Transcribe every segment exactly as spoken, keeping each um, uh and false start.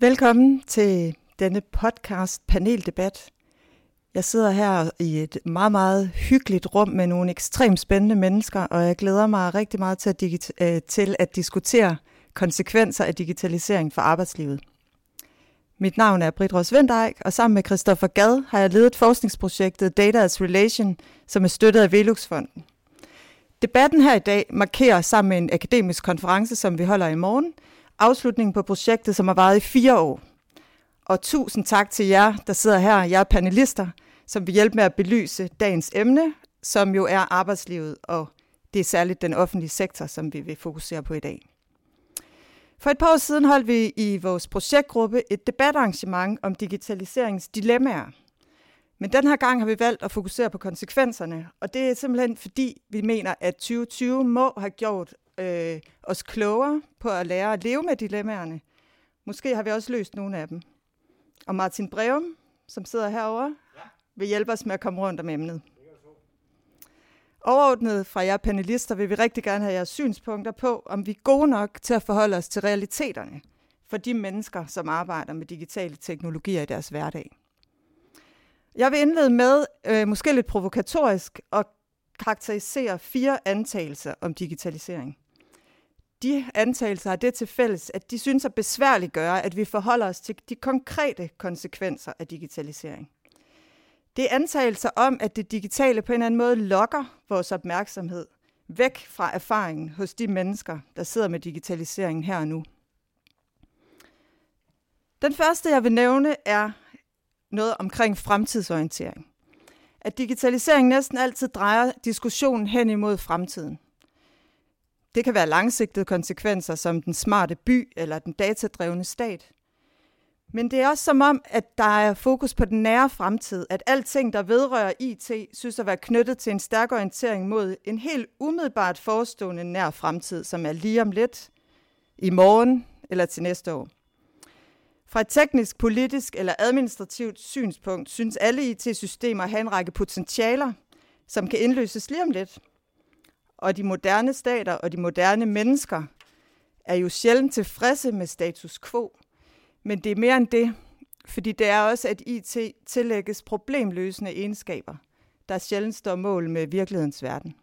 Velkommen til denne podcast paneldebat. Jeg sidder her i et meget, meget hyggeligt rum med nogle ekstremt spændende mennesker, og jeg glæder mig rigtig meget til at, digit- til at diskutere konsekvenser af digitalisering for arbejdslivet. Mit navn er Britt Ross Wendeik, og sammen med Christoffer Gad har jeg ledet forskningsprojektet Data as Relation, som er støttet af Velux-fonden. Debatten her i dag markerer sammen med en akademisk konference, som vi holder i morgen, afslutningen på projektet, som har varet i fire år. Og tusind tak til jer, der sidder her, jer panelister, som vil hjælpe med at belyse dagens emne, som jo er arbejdslivet, og det er særligt den offentlige sektor, som vi vil fokusere på i dag. For et par år siden holdt vi i vores projektgruppe et debatarrangement om digitaliseringens dilemmaer. Men den her gang har vi valgt at fokusere på konsekvenserne, og det er simpelthen fordi, vi mener, at tyve tyve må have gjort øh, os klogere på at lære at leve med dilemmaerne. Måske har vi også løst nogle af dem. Og Martin Breum, som sidder herovre, ja, vil hjælpe os med at komme rundt om emnet. Overordnet fra jer panelister vil vi rigtig gerne have jeres synspunkter på, om vi er gode nok til at forholde os til realiteterne for de mennesker, som arbejder med digitale teknologier i deres hverdag. Jeg vil indlede med, øh, måske lidt provokatorisk, at karakterisere fire antagelser om digitalisering. De antagelser har det til fælles, at de synes at besværligt gøre, at vi forholder os til de konkrete konsekvenser af digitalisering. Det er antagelser om, at det digitale på en eller anden måde lokker vores opmærksomhed væk fra erfaringen hos de mennesker, der sidder med digitaliseringen her og nu. Den første, jeg vil nævne, er noget omkring fremtidsorientering. At digitalisering næsten altid drejer diskussionen hen imod fremtiden. Det kan være langsigtede konsekvenser som den smarte by eller den datadrevne stat. Men det er også som om, at der er fokus på den nære fremtid, at alting, der vedrører I T, synes at være knyttet til en stærk orientering mod en helt umiddelbart forestående nær fremtid, som er lige om lidt, i morgen eller til næste år. Fra et teknisk, politisk eller administrativt synspunkt synes alle I T-systemer have en række potentialer, som kan indløses lige om lidt. Og de moderne stater og de moderne mennesker er jo sjældent tilfredse med status quo. Men det er mere end det, fordi det er også, at I T tillægges problemløsende egenskaber, der sjældent står mål med virkelighedens verden.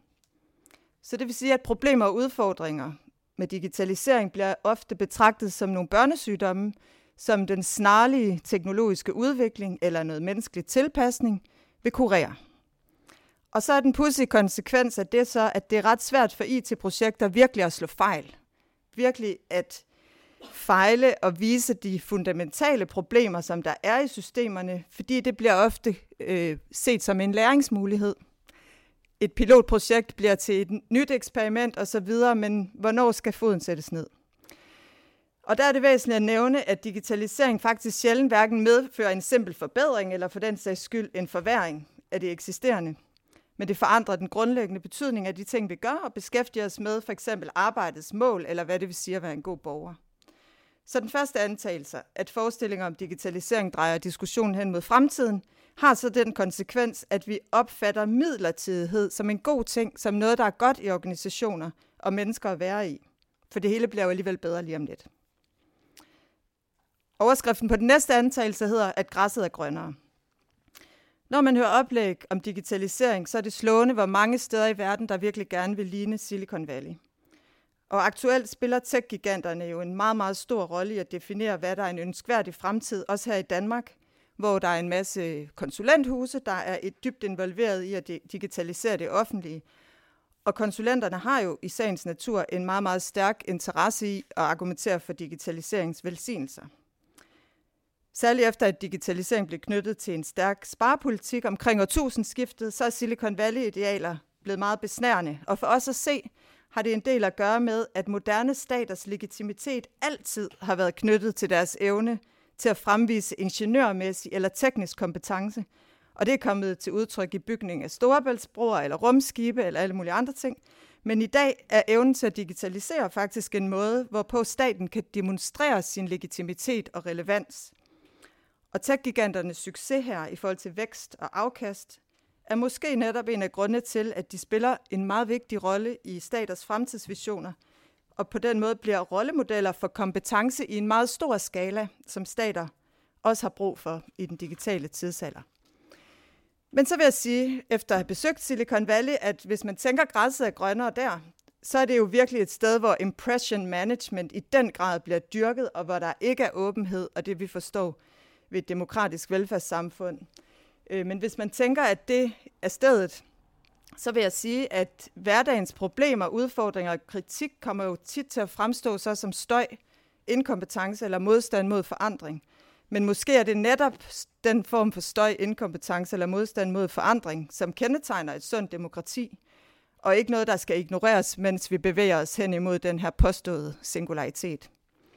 Så det vil sige, at problemer og udfordringer med digitalisering bliver ofte betragtet som nogle børnesygdomme, som den snarlige teknologiske udvikling eller noget menneskelig tilpasning vil kurere. Og så er den pudsige konsekvens af det så, at det er ret svært for I T-projekter virkelig at slå fejl. Virkelig at fejle og vise de fundamentale problemer, som der er i systemerne, fordi det bliver ofte øh, set som en læringsmulighed. Et pilotprojekt bliver til et nyt eksperiment osv., men hvornår skal foden sættes ned? Og der er det væsentligt at nævne, at digitalisering faktisk sjældent hverken medfører en simpel forbedring eller for den sags skyld en forværring af det eksisterende. Men det forandrer den grundlæggende betydning af de ting, vi gør, og beskæftiger os med for eksempel arbejdets mål, eller hvad det vil sige at være en god borger. Så den første antagelse, at forestillinger om digitalisering drejer diskussionen hen mod fremtiden, har så den konsekvens, at vi opfatter midlertidighed som en god ting, som noget, der er godt i organisationer og mennesker at være i. For det hele bliver jo alligevel bedre lige om lidt. Overskriften på den næste antagelse hedder, at græsset er grønnere. Når man hører oplæg om digitalisering, så er det slående, hvor mange steder i verden, der virkelig gerne vil ligne Silicon Valley. Og aktuelt spiller tech-giganterne jo en meget, meget stor rolle i at definere, hvad der er en ønskværdig fremtid, også her i Danmark, hvor der er en masse konsulenthuse, der er et dybt involveret i at digitalisere det offentlige. Og konsulenterne har jo i sagens natur en meget, meget stærk interesse i at argumentere for digitaliseringens velsignelser. Særligt efter at digitalisering blev knyttet til en stærk sparepolitik omkring årtusindskiftet, så er Silicon Valley-idealer blevet meget besnærende. Og for os at se, har det en del at gøre med, at moderne staters legitimitet altid har været knyttet til deres evne til at fremvise ingeniørmæssig eller teknisk kompetence. Og det er kommet til udtryk i bygning af storebæltsbroer eller rumskibe eller alle mulige andre ting. Men i dag er evnen til at digitalisere faktisk en måde, hvorpå staten kan demonstrere sin legitimitet og relevans. Og tech-giganternes succes her i forhold til vækst og afkast er måske netop en af grundene til, at de spiller en meget vigtig rolle i staters fremtidsvisioner, og på den måde bliver rollemodeller for kompetence i en meget stor skala, som stater også har brug for i den digitale tidsalder. Men så vil jeg sige, efter at have besøgt Silicon Valley, at hvis man tænker, at græsset er grønnere der, så er det jo virkelig et sted, hvor impression management i den grad bliver dyrket, og hvor der ikke er åbenhed, og det vi forstår ved et demokratisk velfærdssamfund. Men hvis man tænker, at det er stedet, så vil jeg sige, at hverdagens problemer, udfordringer og kritik kommer jo tit til at fremstå så som støj, inkompetence eller modstand mod forandring. Men måske er det netop den form for støj, inkompetence eller modstand mod forandring, som kendetegner et sundt demokrati, og ikke noget, der skal ignoreres, mens vi bevæger os hen imod den her påståede singularitet.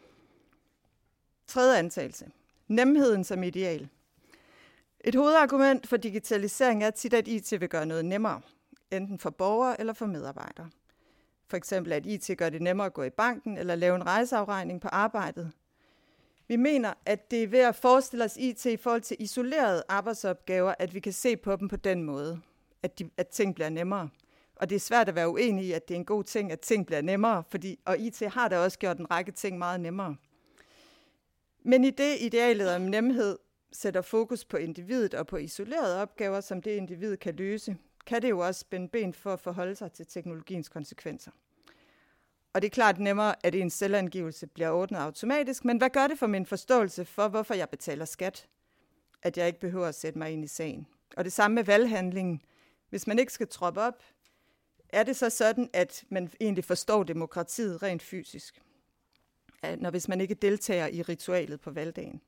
Tredje antagelse. Nemheden som ideal. Et hovedargument for digitalisering er tit, at I T vil gøre noget nemmere, enten for borgere eller for medarbejdere. For eksempel at I T gør det nemmere at gå i banken eller lave en rejseafregning på arbejdet. Vi mener, at det er ved at forestille os I T i forhold til isolerede arbejdsopgaver, at vi kan se på dem på den måde, at, de, at ting bliver nemmere. Og det er svært at være uenig i, at det er en god ting, at ting bliver nemmere, fordi, og I T har da også gjort en række ting meget nemmere. Men i det idealet om nemhed sætter fokus på individet og på isolerede opgaver, som det individ kan løse, kan det jo også spænde ben for at forholde sig til teknologiens konsekvenser. Og det er klart nemmere, at en selvangivelse bliver ordnet automatisk, men hvad gør det for min forståelse for, hvorfor jeg betaler skat? At jeg ikke behøver at sætte mig ind i sagen. Og det samme med valghandlingen. Hvis man ikke skal troppe op, er det så sådan, at man egentlig forstår demokratiet rent fysisk, når hvis man ikke deltager i ritualet på valgdagen.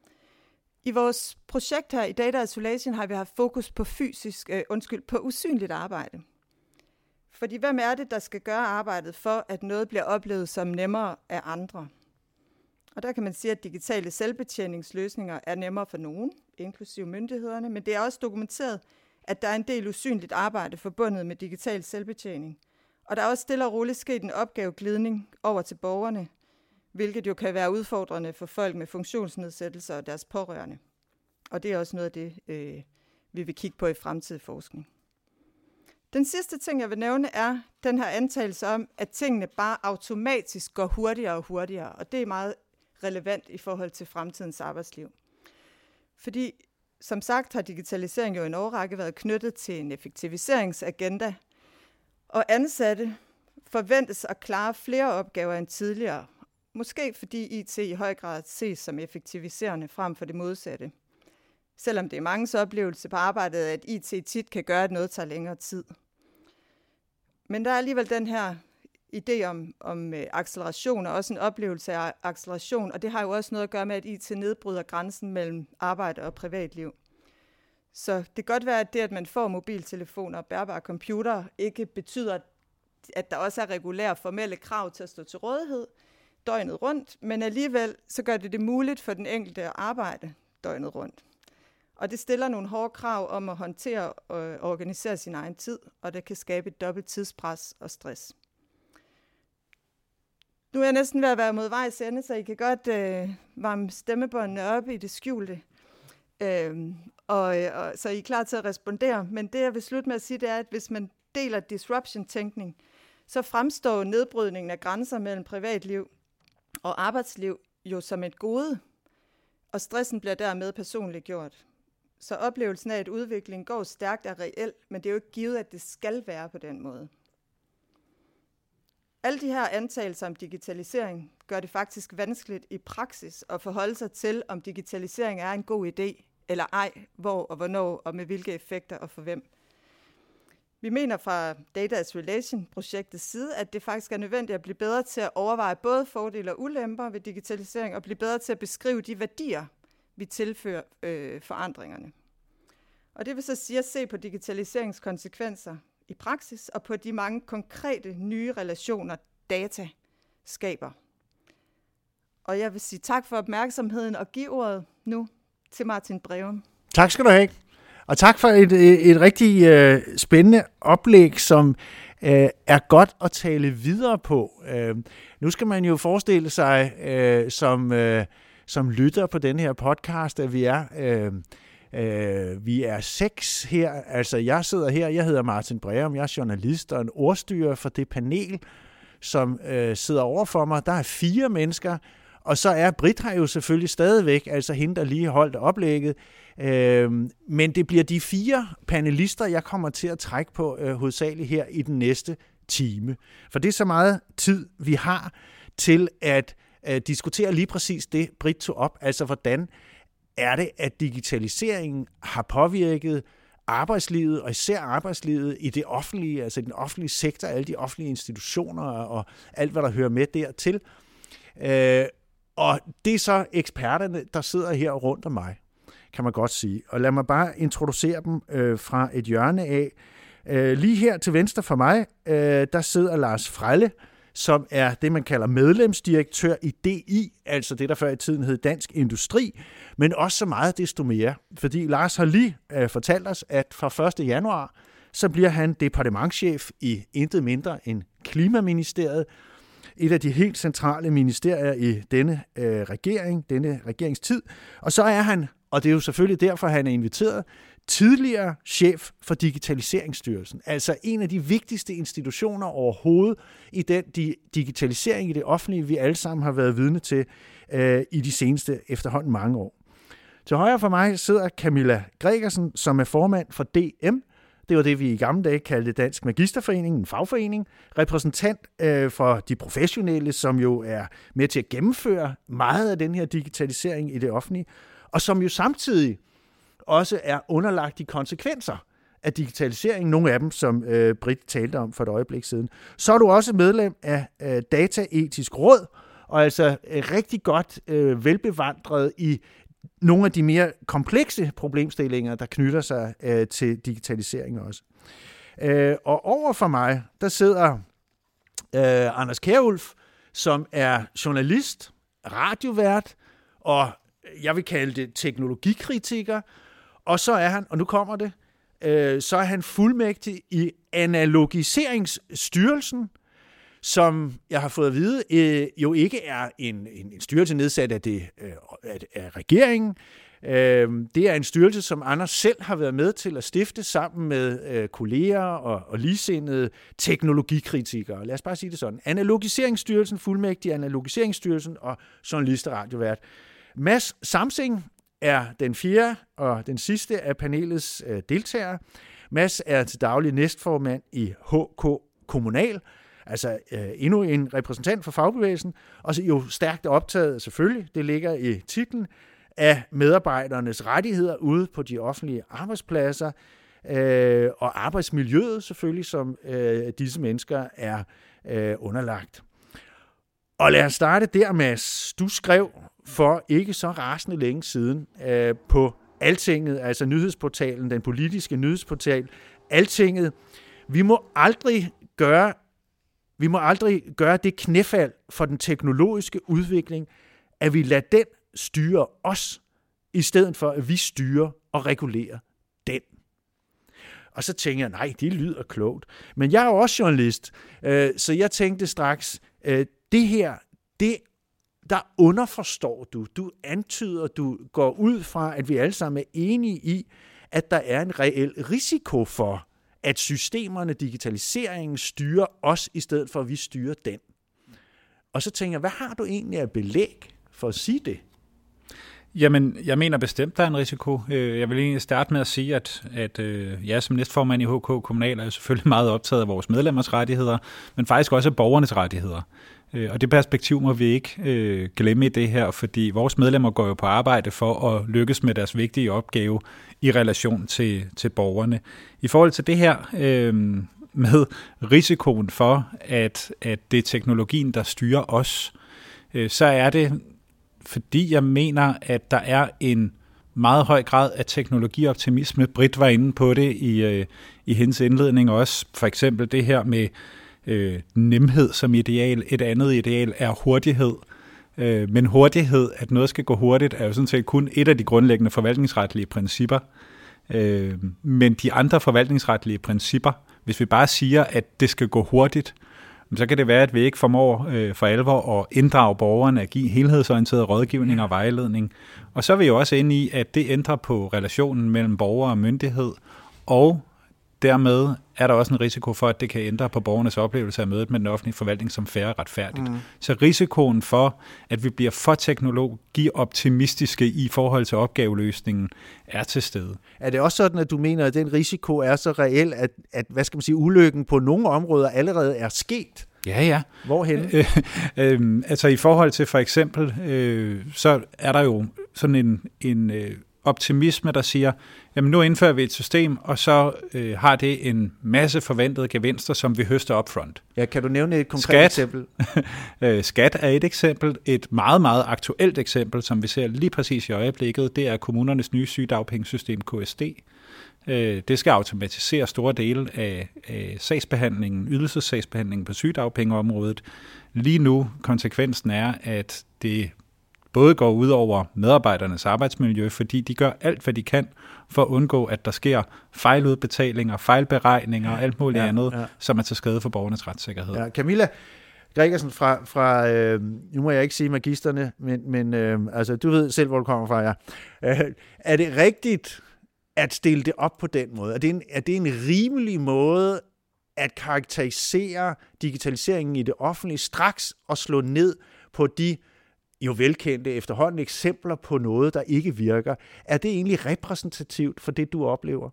I vores projekt her i Data Isolation har vi haft fokus på fysisk, øh, undskyld, på usynligt arbejde. Fordi hvem er det, der skal gøre arbejdet for, at noget bliver oplevet som nemmere af andre? Og der kan man sige, at digitale selvbetjeningsløsninger er nemmere for nogen, inklusive myndighederne, men det er også dokumenteret, at der er en del usynligt arbejde forbundet med digital selvbetjening. Og der er også stille og roligt sket en opgaveglidning over til borgerne, hvilket jo kan være udfordrende for folk med funktionsnedsættelser og deres pårørende. Og det er også noget af det, øh, vi vil kigge på i fremtidig forskning. Den sidste ting, jeg vil nævne, er den her antagelse om, at tingene bare automatisk går hurtigere og hurtigere, og det er meget relevant i forhold til fremtidens arbejdsliv. Fordi, som sagt, har digitalisering jo i en årrække været knyttet til en effektiviseringsagenda, og ansatte forventes at klare flere opgaver end tidligere, måske fordi I T i høj grad ses som effektiviserende frem for det modsatte. Selvom det er manges oplevelse på arbejdet, at I T tit kan gøre, at noget tager længere tid. Men der er alligevel den her idé om, om acceleration, og også en oplevelse af acceleration, og det har jo også noget at gøre med, at I T nedbryder grænsen mellem arbejde og privatliv. Så det kan godt være, at det, at man får mobiltelefoner og bærbare computer, ikke betyder, at der også er regulære formelle krav til at stå til rådighed døgnet rundt, men alligevel så gør det det muligt for den enkelte at arbejde døgnet rundt. Og det stiller nogle hårde krav om at håndtere og organisere sin egen tid, og det kan skabe et dobbelt tidspres og stress. Nu er jeg næsten ved at være mod vejs ende, så I kan godt øh, varme stemmebåndene op i det skjulte, øh, og, og, så I er klar til at respondere. Men det, jeg vil slutte med at sige, det er, at hvis man deler disruption-tænkning, så fremstår nedbrydningen af grænser mellem privatliv og arbejdsliv jo som et gode, og stressen bliver dermed personligt gjort. Så oplevelsen af, at udviklingen går stærkt, er reel, men det er jo ikke givet, at det skal være på den måde. Alle de her antagelser om digitalisering gør det faktisk vanskeligt i praksis at forholde sig til, om digitalisering er en god idé, eller ej, hvor og hvornår, og med hvilke effekter og for hvem. Vi mener fra Data Isolation-projektets side, at det faktisk er nødvendigt at blive bedre til at overveje både fordele og ulemper ved digitalisering, og blive bedre til at beskrive de værdier, vi tilfører øh, forandringerne. Og det vil så sige at se på digitaliseringskonsekvenser i praksis, og på de mange konkrete nye relationer, data skaber. Og jeg vil sige tak for opmærksomheden, og give ordet nu til Martin Breum. Tak skal du have. Og tak for et, et, et rigtig øh, spændende oplæg, som øh, er godt at tale videre på. Øh, nu skal man jo forestille sig, øh, som, øh, som lytter på den her podcast, at vi er, øh, øh, vi er seks her. Altså jeg sidder her, jeg hedder Martin Breum, jeg er journalist og en ordstyrer for det panel, som øh, sidder over for mig. Der er fire mennesker, og så er Britt her jo selvfølgelig stadigvæk, altså hende, der lige holdt oplægget. Øh, men det bliver de fire panelister, jeg kommer til at trække på øh, hovedsageligt her i den næste time. For det er så meget tid, vi har til at øh, diskutere lige præcis det, Britt tog op. Altså, hvordan er det, at digitaliseringen har påvirket arbejdslivet, og især arbejdslivet i det offentlige, altså den offentlige sektor, alle de offentlige institutioner og alt, hvad der hører med dertil. Øh, og det er så eksperterne, der sidder her rundt om mig, kan man godt sige. Og lad mig bare introducere dem øh, fra et hjørne af. Øh, lige her til venstre for mig, øh, der sidder Lars Frelle, som er det, man kalder medlemsdirektør i D I, altså det, der før i tiden hed Dansk Industri, men også så meget desto mere. Fordi Lars har lige øh, fortalt os, at fra første januar, så bliver han departementschef i intet mindre end Klimaministeriet, et af de helt centrale ministerier i denne øh, regering, denne regeringstid. Og så er han, og det er jo selvfølgelig derfor, han er inviteret, tidligere chef for Digitaliseringsstyrelsen, altså en af de vigtigste institutioner overhovedet i den digitalisering i det offentlige, vi alle sammen har været vidne til øh, i de seneste efterhånden mange år. Til højre for mig sidder Camilla Gregersen, som er formand for D M. Det var det, vi i gamle dage kaldte Dansk Magisterforening, en fagforening, repræsentant øh, for de professionelle, som jo er med til at gennemføre meget af den her digitalisering i det offentlige, og som jo samtidig også er underlagt de konsekvenser af digitaliseringen, nogle af dem, som øh, Britt talte om for et øjeblik siden. Så er du også medlem af øh, Dataetisk Råd, og altså øh, rigtig godt øh, velbevandret i nogle af de mere komplekse problemstillinger, der knytter sig øh, til digitalisering også. Øh, og over for mig, der sidder øh, Anders Kjærulff, som er journalist, radiovært, og jeg vil kalde det teknologikritiker, og så er han, og nu kommer det, øh, så er han fuldmægtig i Analogiseringsstyrelsen, som jeg har fået at vide, øh, jo ikke er en, en, en styrelse nedsat af, det, øh, af regeringen. Øh, det er en styrelse, som Anders selv har været med til at stifte sammen med øh, kolleger og, og ligesindede teknologikritikere. Lad os bare sige det sådan. Analogiseringsstyrelsen, fuldmægtig Analogiseringsstyrelsen og journalist og radiovært. Mads Samsing er den fjerde og den sidste af panelets øh, deltagere. Mads er til daglig næstformand i H K Kommunal, altså øh, endnu en repræsentant for fagbevægelsen, og så jo stærkt optaget selvfølgelig, det ligger i titlen, af medarbejdernes rettigheder ude på de offentlige arbejdspladser, øh, og arbejdsmiljøet selvfølgelig, som øh, disse mennesker er øh, underlagt. Og lad os starte der, Mads. Du skrev for ikke så rasende længe siden øh, på Altinget, altså nyhedsportalen, den politiske nyhedsportal, Altinget. Vi må aldrig gøre, vi må aldrig gøre det knæfald for den teknologiske udvikling, at vi lader den styre os, i stedet for at vi styrer og regulerer den. Og så tænker jeg, nej, det lyder klogt. Men jeg er jo også journalist, øh, så jeg tænkte straks, øh, det her, det der underforstår du, du antyder, du går ud fra, at vi alle sammen er enige i, at der er en reel risiko for, at systemerne, digitaliseringen styrer os, i stedet for at vi styrer den. Og så tænker jeg, hvad har du egentlig af belæg for at sige det? Jamen, jeg mener bestemt, der er en risiko. Jeg vil egentlig starte med at sige, at, at jeg som næstformand i H K Kommunal er selvfølgelig meget optaget af vores medlemmers rettigheder, men faktisk også af borgernes rettigheder. Og det perspektiv må vi ikke øh, glemme i det her, fordi vores medlemmer går jo på arbejde for at lykkes med deres vigtige opgave i relation til, til borgerne. I forhold til det her øh, med risikoen for, at, at det er teknologien, der styrer os, øh, så er det, fordi jeg mener, at der er en meget høj grad af teknologioptimisme. Britt var inde på det i, øh, i hendes indledning også. For eksempel det her med Øh, nemhed som ideal. Et andet ideal er hurtighed. Øh, men hurtighed, at noget skal gå hurtigt, er jo sådan set kun et af de grundlæggende forvaltningsretlige principper. Øh, men de andre forvaltningsretlige principper, hvis vi bare siger, at det skal gå hurtigt, så kan det være, at vi ikke formår øh, for alvor at inddrage borgerne, at give helhedsorienteret rådgivning og vejledning. Og så er vi jo også inde i, at det ændrer på relationen mellem borger og myndighed, og dermed er der også en risiko for, at det kan ændre på borgernes oplevelse af mødet med den offentlige forvaltning som fair og retfærdigt. Mm. Så risikoen for, at vi bliver for teknologioptimistiske i forhold til opgaveløsningen, er til stede. Er det også sådan, at du mener, at den risiko er så reel, at, at hvad skal man sige, ulykken på nogle områder allerede er sket? Ja, ja. Hvorhen? Øh, øh, altså i forhold til for eksempel, øh, så er der jo sådan en, en øh, optimisme, der siger, jamen nu indfører vi et system, og så øh, har det en masse forventede gevinster, som vi høster upfront. Ja, kan du nævne et konkret Skat, eksempel? øh, Skat er et eksempel. Et meget, meget aktuelt eksempel, som vi ser lige præcis i øjeblikket, det er kommunernes nye sygedagpengesystem, K S D. Øh, det skal automatisere store dele af, af sagsbehandlingen, ydelsessagsbehandlingen på sygedagpengeområdet. Lige nu, konsekvensen er, at det både går ud over medarbejdernes arbejdsmiljø, fordi de gør alt, hvad de kan for at undgå, at der sker fejludbetalinger, fejlberegninger og alt muligt ja, andet, ja. som er til skade for borgernes retssikkerhed. Ja, Camilla Gregersen fra, fra øh, nu må jeg ikke sige magisterne, men, men øh, altså, du ved selv, hvor du kommer fra, ja. Øh, er det rigtigt at stille det op på den måde? Er det en, er det en rimelig måde at karakterisere digitaliseringen i det offentlige straks og slå ned på de jo velkendte efterhånden eksempler på noget, der ikke virker? Er det egentlig repræsentativt for det, du oplever?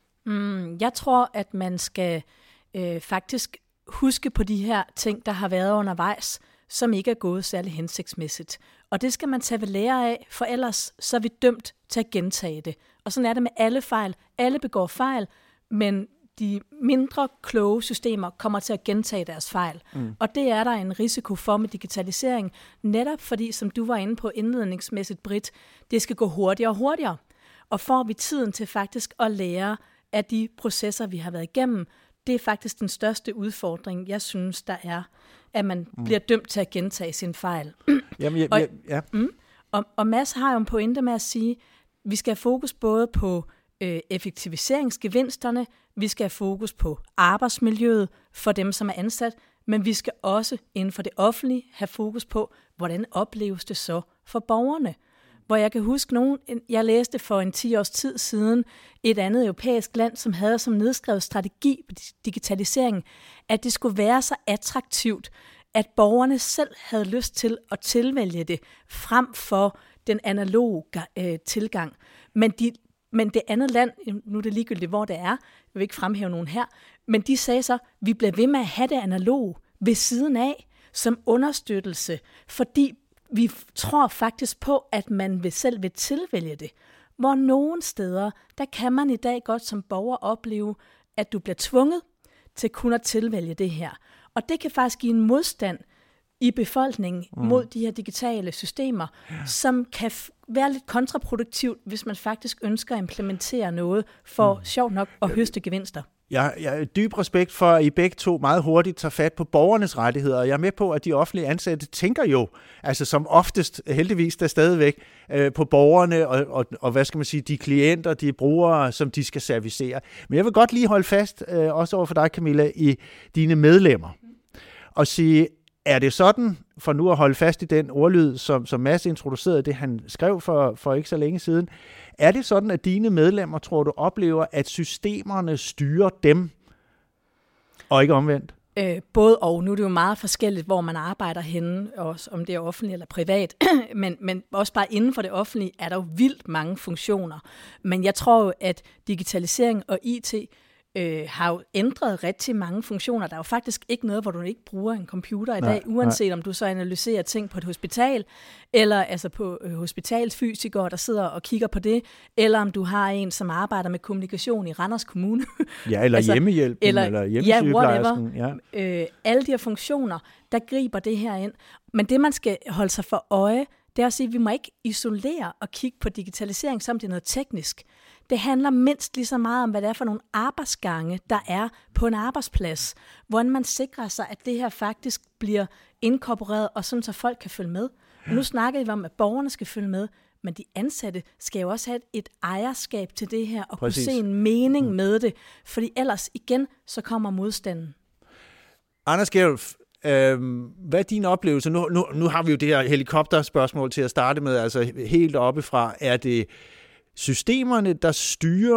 Mm, jeg tror, at man skal øh, faktisk huske på de her ting, der har været undervejs, som ikke er gået særlig hensigtsmæssigt. Og det skal man tage ved lære af, for ellers så er vi dømt til at gentage det. Og sådan er det med alle fejl. Alle begår fejl, men de mindre kloge systemer kommer til at gentage deres fejl. Mm. Og det er der en risiko for med digitalisering, netop fordi, som du var inde på indledningsmæssigt, Britt, det skal gå hurtigere og hurtigere. Og får vi tiden til faktisk at lære af de processer, vi har været igennem, det er faktisk den største udfordring, jeg synes, der er, at man mm. bliver dømt til at gentage sin fejl. Jamen, ja, og, ja, ja. Mm, og, og Mads har jo en pointe med at sige, at vi skal have fokus både på øh, effektiviseringsgevinsterne, vi skal have fokus på arbejdsmiljøet for dem, som er ansat, men vi skal også inden for det offentlige have fokus på, hvordan opleves det så for borgerne. Hvor jeg kan huske nogen, jeg læste for en ti års tid siden, et andet europæisk land, som havde som nedskrevet strategi på digitalisering, at det skulle være så attraktivt, at borgerne selv havde lyst til at tilvælge det, frem for den analoge øh, tilgang. Men, de, men det andet land, nu er det ligegyldigt, hvor det er, jeg vil ikke fremhæve nogen her, men de sagde så, vi bliver ved med at have det analoge ved siden af, som understøttelse, fordi vi tror faktisk på, at man vil selv vil tilvælge det. Hvor nogle steder, der kan man i dag godt som borger opleve, at du bliver tvunget til kun at tilvælge det her. Og det kan faktisk give en modstand i befolkningen mm. mod de her digitale systemer, ja. som kan f- være lidt kontraproduktivt, hvis man faktisk ønsker at implementere noget for mm. sjovt nok at høste gevinster. Jeg har dyb respekt for, at I begge to meget hurtigt tager fat på borgernes rettigheder. Jeg er med på, at de offentlige ansatte tænker jo, altså som oftest heldigvis der stadigvæk, øh, på borgerne og, og, og hvad skal man sige, de klienter, de brugere, som de skal servicere. Men jeg vil godt lige holde fast, øh, også over for dig, Camilla, i dine medlemmer, og sige, er det sådan, for nu at holde fast i den ordlyd, som, som Mads introducerede, det han skrev for, for ikke så længe siden, er det sådan, at dine medlemmer, tror du, oplever, at systemerne styrer dem, og ikke omvendt? Øh, både og. Nu er det jo meget forskelligt, hvor man arbejder henne, også om det er offentligt eller privat, men, men også bare inden for det offentlige er der jo vildt mange funktioner. Men jeg tror jo, at digitalisering og I T Øh, har jo ændret rigtig mange funktioner. Der er jo faktisk ikke noget, hvor du ikke bruger en computer i nej, dag, uanset nej. om du så analyserer ting på et hospital, eller altså på øh, hospitalsfysikere, der sidder og kigger på det, eller om du har en, som arbejder med kommunikation i Randers Kommune. Ja, eller altså, hjemmehjælpen, eller, eller hjemmesygeplejersken. Ja, ja. Øh, alle de her funktioner, der griber det her ind. Men det, man skal holde sig for øje, det er at sige, at vi må ikke isolere og kigge på digitalisering, som det er noget teknisk. Det handler mindst lige så meget om, hvad det er for nogle arbejdsgange, der er på en arbejdsplads. Hvordan man sikrer sig, at det her faktisk bliver inkorporeret, og sådan så folk kan følge med. Og nu snakker vi om, at borgerne skal følge med, men de ansatte skal jo også have et ejerskab til det her, og Præcis. kunne se en mening med det. Fordi ellers igen, så kommer modstanden. Anders Gjerulf, øh, hvad er din oplevelse? Nu, nu, nu har vi jo det her helikopterspørgsmål til at starte med, altså helt oppefra. Er det systemerne, der styrer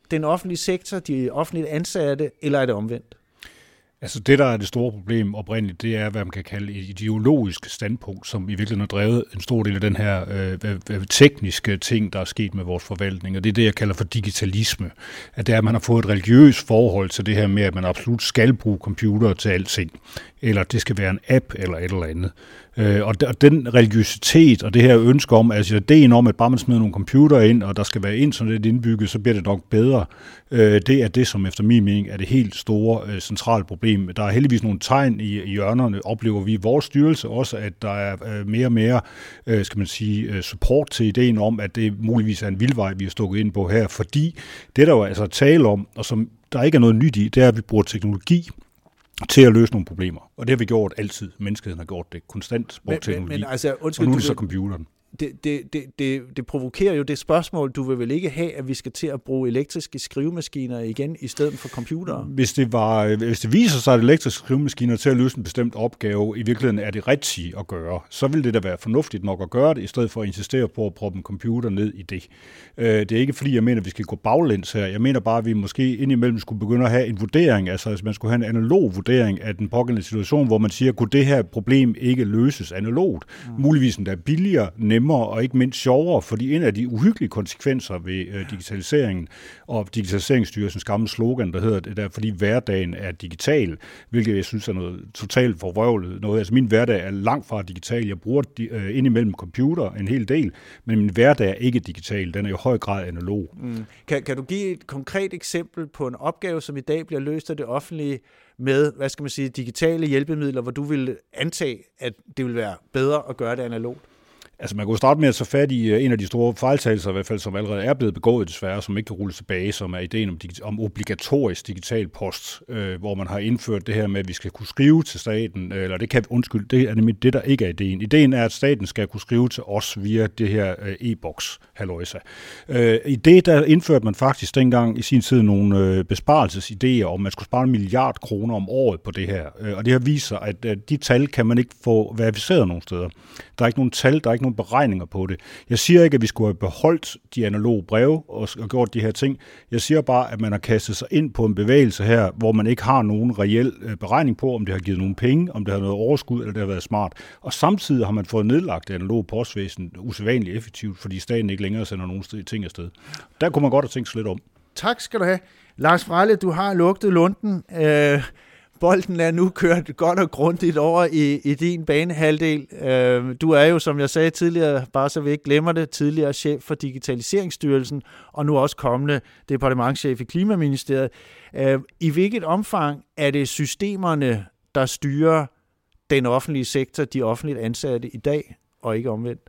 den offentlige sektor, de offentligt ansatte, eller er det omvendt? Altså det, der er det store problem oprindeligt, det er, hvad man kan kalde et ideologisk standpunkt, som i virkeligheden har drevet en stor del af den her øh, tekniske ting, der er sket med vores forvaltning, og det er det, jeg kalder for digitalisme. At det er, at man har fået et religiøst forhold til det her med, at man absolut skal bruge computer til alting, eller det skal være en app eller et eller andet. Øh, og den religiøsitet og det her ønske om, altså ideen om, at bare man smider nogle computer ind, og der skal være internet indbygget, så bliver det nok bedre. Øh, det er det, som efter min mening er det helt store øh, centrale problem. Der er heldigvis nogle tegn i, i hjørnerne, oplever vi i vores styrelse også, at der er øh, mere og mere, øh, skal man sige, øh, support til ideen om, at det muligvis er en vildvej, vi har stukket ind på her, fordi det, der jo altså tale om, og som der ikke er noget nyt i, det er, at vi bruger teknologi til at løse nogle problemer. Og det har vi gjort altid. Menneskeheden har gjort det konstant. Men, teknologi. Men, men altså, undskyld, og nu er det så vil, computeren. Det, det, det, det, det provokerer jo det spørgsmål, du vil vel ikke have, at vi skal til at bruge elektriske skrivemaskiner igen, i stedet for computere? Hvis det, var, hvis det viser sig, at elektriske skrivemaskiner til at løse en bestemt opgave, i virkeligheden er det rigtigt at gøre, så vil det da være fornuftigt nok at gøre det, i stedet for at insistere på at proppe en computer ned i det. Det er ikke fordi, jeg mener, at vi skal gå baglæns her. Jeg mener bare, at vi måske indimellem skulle begynde at have en vurdering, altså at man skulle have en analog vurdering af den pågældende situation, hvor man siger, kunne det her problem ikke løses analogt? Mm. Muligvis endda billigere, nemmere og ikke mindst sjovere, fordi en af de uhyggelige konsekvenser ved øh, digitaliseringen og Digitaliseringsstyrelsens gamle slogan, der hedder det der, fordi hverdagen er digital, hvilket jeg synes er noget totalt forvrøvlet noget. Altså min hverdag er langt fra digital. Jeg bruger øh, indimellem computer en hel del, men min hverdag er ikke digital. Den er i høj grad analog. Mm. Kan, kan du give et konkret eksempel på en opgave, som i dag bliver løst af det offentlige med, hvad skal man sige, digitale hjælpemidler, hvor du vil antage, at det vil være bedre at gøre det analogt? Altså man kunne starte med at tage fat i en af de store fejltagelser, i hvert fald, som allerede er blevet begået desværre, som ikke kan rulles tilbage, som er ideen om, om obligatorisk digital post, øh, hvor man har indført det her med, at vi skal kunne skrive til staten, øh, eller det kan, undskyld, det er nemlig det, der ikke er ideen. Ideen er, at staten skal kunne skrive til os via det her øh, e-boks, halløjsa. Øh, I det, der indførte man faktisk dengang i sin tid nogle øh, besparelsesidéer, om man skulle spare en milliard kroner om året på det her. Øh, og det her viser, at øh, de tal kan man ikke få verificeret nogen steder. Der er ikke nogen tal, der er ikke nogen beregninger på det. Jeg siger ikke, at vi skulle have beholdt de analoge breve og gjort de her ting. Jeg siger bare, at man har kastet sig ind på en bevægelse her, hvor man ikke har nogen reel beregning på, om det har givet nogen penge, om det har noget overskud, eller det har været smart. Og samtidig har man fået nedlagt det analoge postvæsen usædvanligt effektivt, fordi staten ikke længere sender nogen ting afsted. Der kunne man godt have tænkt sig lidt om. Tak skal du have. Lars Frelle, du har lugtet lunden. Øh Bolden er nu kørt godt og grundigt over i, i din banehalvdel. Øh, du er jo, som jeg sagde tidligere, bare så vi ikke glemmer det, tidligere chef for Digitaliseringsstyrelsen, og nu også kommende departementschef i Klimaministeriet. Øh, I hvilket omfang er det systemerne, der styrer den offentlige sektor, de offentligt ansatte i dag, og ikke omvendt?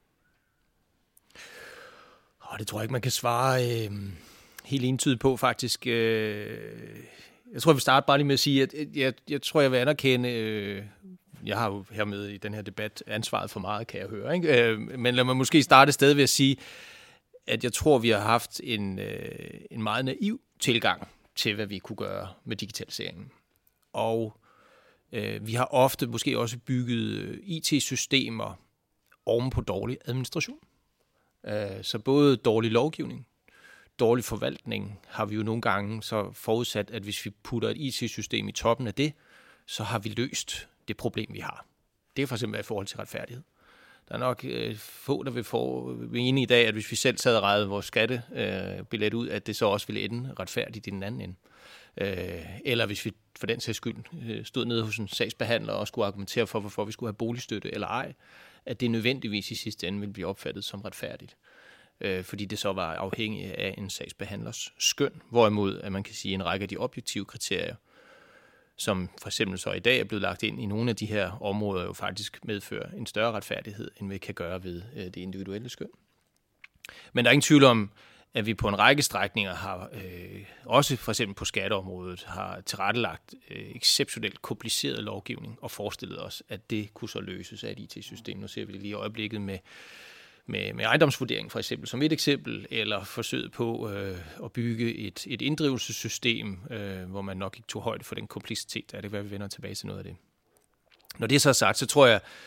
Oh, det tror jeg ikke, man kan svare øh, helt entydigt på, faktisk. Øh Jeg tror, jeg vil starte bare lige med at sige, at jeg, jeg tror, jeg vil anerkende, øh, jeg har jo hermed i den her debat ansvaret for meget, kan jeg høre, ikke? Øh, men lad mig måske starte et sted ved at sige, at jeg tror, vi har haft en, øh, en meget naiv tilgang til, hvad vi kunne gøre med digitaliseringen. Og øh, vi har ofte måske også bygget I T-systemer oven på dårlig administration. Øh, så både dårlig lovgivning, dårlig forvaltning har vi jo nogle gange så forudsat, at hvis vi putter et I T-system i toppen af det, så har vi løst det problem, vi har. Det er for eksempel i forhold til retfærdighed. Der er nok øh, få, der vil få mening i dag, at hvis vi selv sad og rejede vores skattebillet øh, ud, at det så også ville ende retfærdigt i den anden ende. Øh, eller hvis vi for den sags skyld øh, stod nede hos en sagsbehandler og skulle argumentere for, hvorfor vi skulle have boligstøtte eller ej, at det nødvendigvis i sidste ende ville blive opfattet som retfærdigt. Fordi det så var afhængigt af en sagsbehandlers skøn, hvorimod at man kan sige, at en række af de objektive kriterier, som for eksempel så i dag er blevet lagt ind i nogle af de her områder, jo faktisk medfører en større retfærdighed, end vi kan gøre ved det individuelle skøn. Men der er ingen tvivl om, at vi på en række strækninger har, øh, også for eksempel på skatteområdet, har tilrettelagt øh, exceptionelt kompliceret lovgivning og forestillet os, at det kunne så løses af et I T-system. Nu ser vi det lige i øjeblikket med Med, med ejendomsvurdering for eksempel som et eksempel, eller forsøget på øh, at bygge et, et inddrivelsessystem, øh, hvor man nok ikke tog højde for den kompleksitet. Der er det, hvad vi vender tilbage til noget af det. Når det så er sagt, så tror jeg,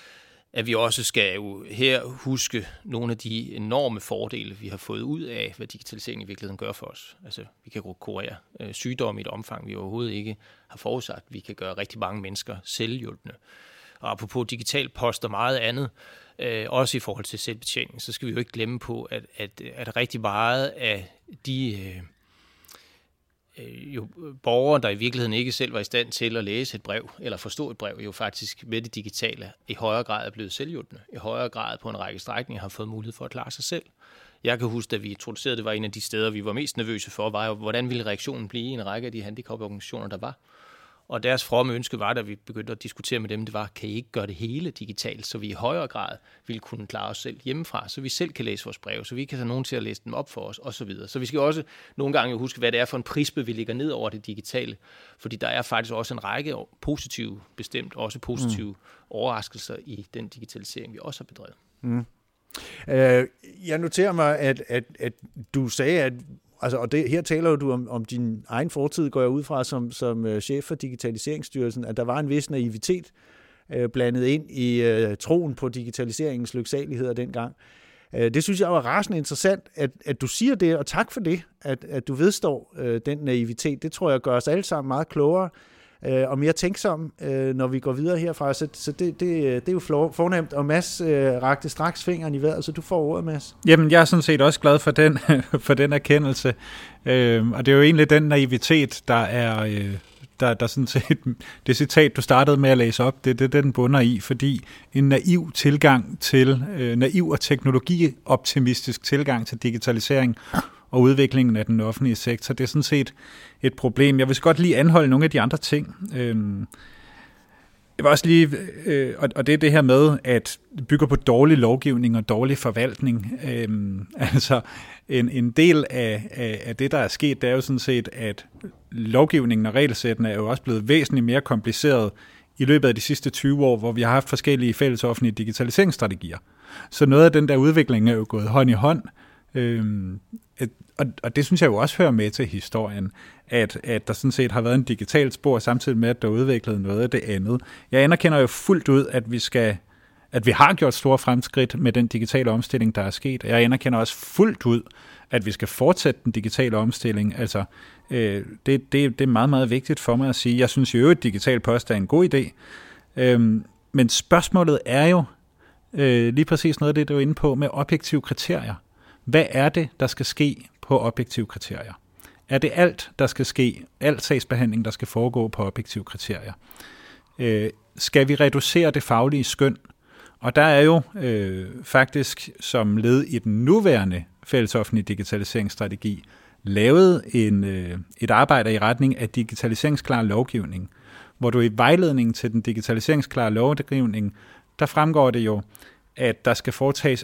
at vi også skal jo her huske nogle af de enorme fordele, vi har fået ud af, hvad digitaliseringen i virkeligheden gør for os. Altså, vi kan kurere øh, sygdomme i et omfang, vi overhovedet ikke har forudsat. Vi kan gøre rigtig mange mennesker selvhjulpende. Og apropos digital post og meget andet, øh, også i forhold til selvbetjening, så skal vi jo ikke glemme på, at, at, at rigtig meget af de øh, øh, jo, borgere, der i virkeligheden ikke selv var i stand til at læse et brev eller forstå et brev, jo faktisk med det digitale i højere grad er blevet selvhjulpende. I højere grad på en række strækninger har fået mulighed for at klare sig selv. Jeg kan huske, at vi introducerede, det var en af de steder, vi var mest nervøse for, var jo, hvordan ville reaktionen blive i en række af de handicaporganisationer, der var. Og deres fromme ønske var, da vi begyndte at diskutere med dem, det var, kan I ikke gøre det hele digitalt, så vi i højere grad ville kunne klare os selv hjemmefra, så vi selv kan læse vores breve, så vi kan have nogen til at læse dem op for os, osv. Så vi skal også nogle gange huske, hvad det er for en prisme, vi lægger ned over det digitale, fordi der er faktisk også en række positive, bestemt også positive mm. overraskelser i den digitalisering, vi også har bedrevet. Mm. Øh, jeg noterer mig, at, at, at du sagde, at altså, og det, her taler du om, om din egen fortid, går jeg ud fra, som, som uh, chef for Digitaliseringsstyrelsen, at der var en vis naivitet uh, blandet ind i uh, troen på digitaliseringens lyksaligheder dengang. Uh, det synes jeg var rasende interessant, at, at du siger det, og tak for det, at, at du vedstår uh, den naivitet. Det tror jeg gør os alle sammen meget klogere uh, og mere tænksomme, uh, når vi går videre herfra. Så, så det, det, det er jo fornemt, og Mads uh, rakte straks fingeren i vejret, så du får ordet, Mads. Jamen, jeg er sådan set også glad for den, for den erkendelse, øh, og det er jo egentlig den naivitet, der er, øh, der, der sådan set, det citat, du startede med at læse op, det er det, den bunder i, fordi en naiv tilgang til, øh, naiv og teknologioptimistisk tilgang til digitalisering og udviklingen af den offentlige sektor, det er sådan set et problem. Jeg vil så godt lige anholde nogle af de andre ting. Øhm, jeg vil også lige, øh, og det er det her med, at det bygger på dårlig lovgivning og dårlig forvaltning. Øhm, altså, en, en del af, af, af det, der er sket, det er jo sådan set, at lovgivningen og regelsættene er jo også blevet væsentligt mere kompliceret i løbet af de sidste tyve år, hvor vi har haft forskellige fælles offentlige digitaliseringsstrategier. Så noget af den der udvikling er jo gået hånd i hånd. Øhm, et, og, og det synes jeg jo også hører med til historien, at, at der sådan set har været en digital spor, samtidig med, at der er udviklet noget af det andet. Jeg anerkender jo fuldt ud, at vi skal, at vi har gjort store fremskridt med den digitale omstilling, der er sket. Jeg anerkender også fuldt ud, at vi skal fortsætte den digitale omstilling. Altså, øh, det, det, det er meget, meget vigtigt for mig at sige. Jeg synes jo, at digital post er en god idé. Øhm, men spørgsmålet er jo øh, lige præcis noget af det, du er inde på, med objektive kriterier. Hvad er det, der skal ske på objektive kriterier? Er det alt, der skal ske, alt sagsbehandling, der skal foregå på objektive kriterier? Øh, skal vi reducere det faglige skøn? Og der er jo øh, faktisk som led i den nuværende fællesoffentlige digitaliseringsstrategi lavet en, øh, et arbejde i retning af digitaliseringsklar lovgivning, hvor du i vejledningen til den digitaliseringsklare lovgivning, der fremgår det jo, at der skal foretages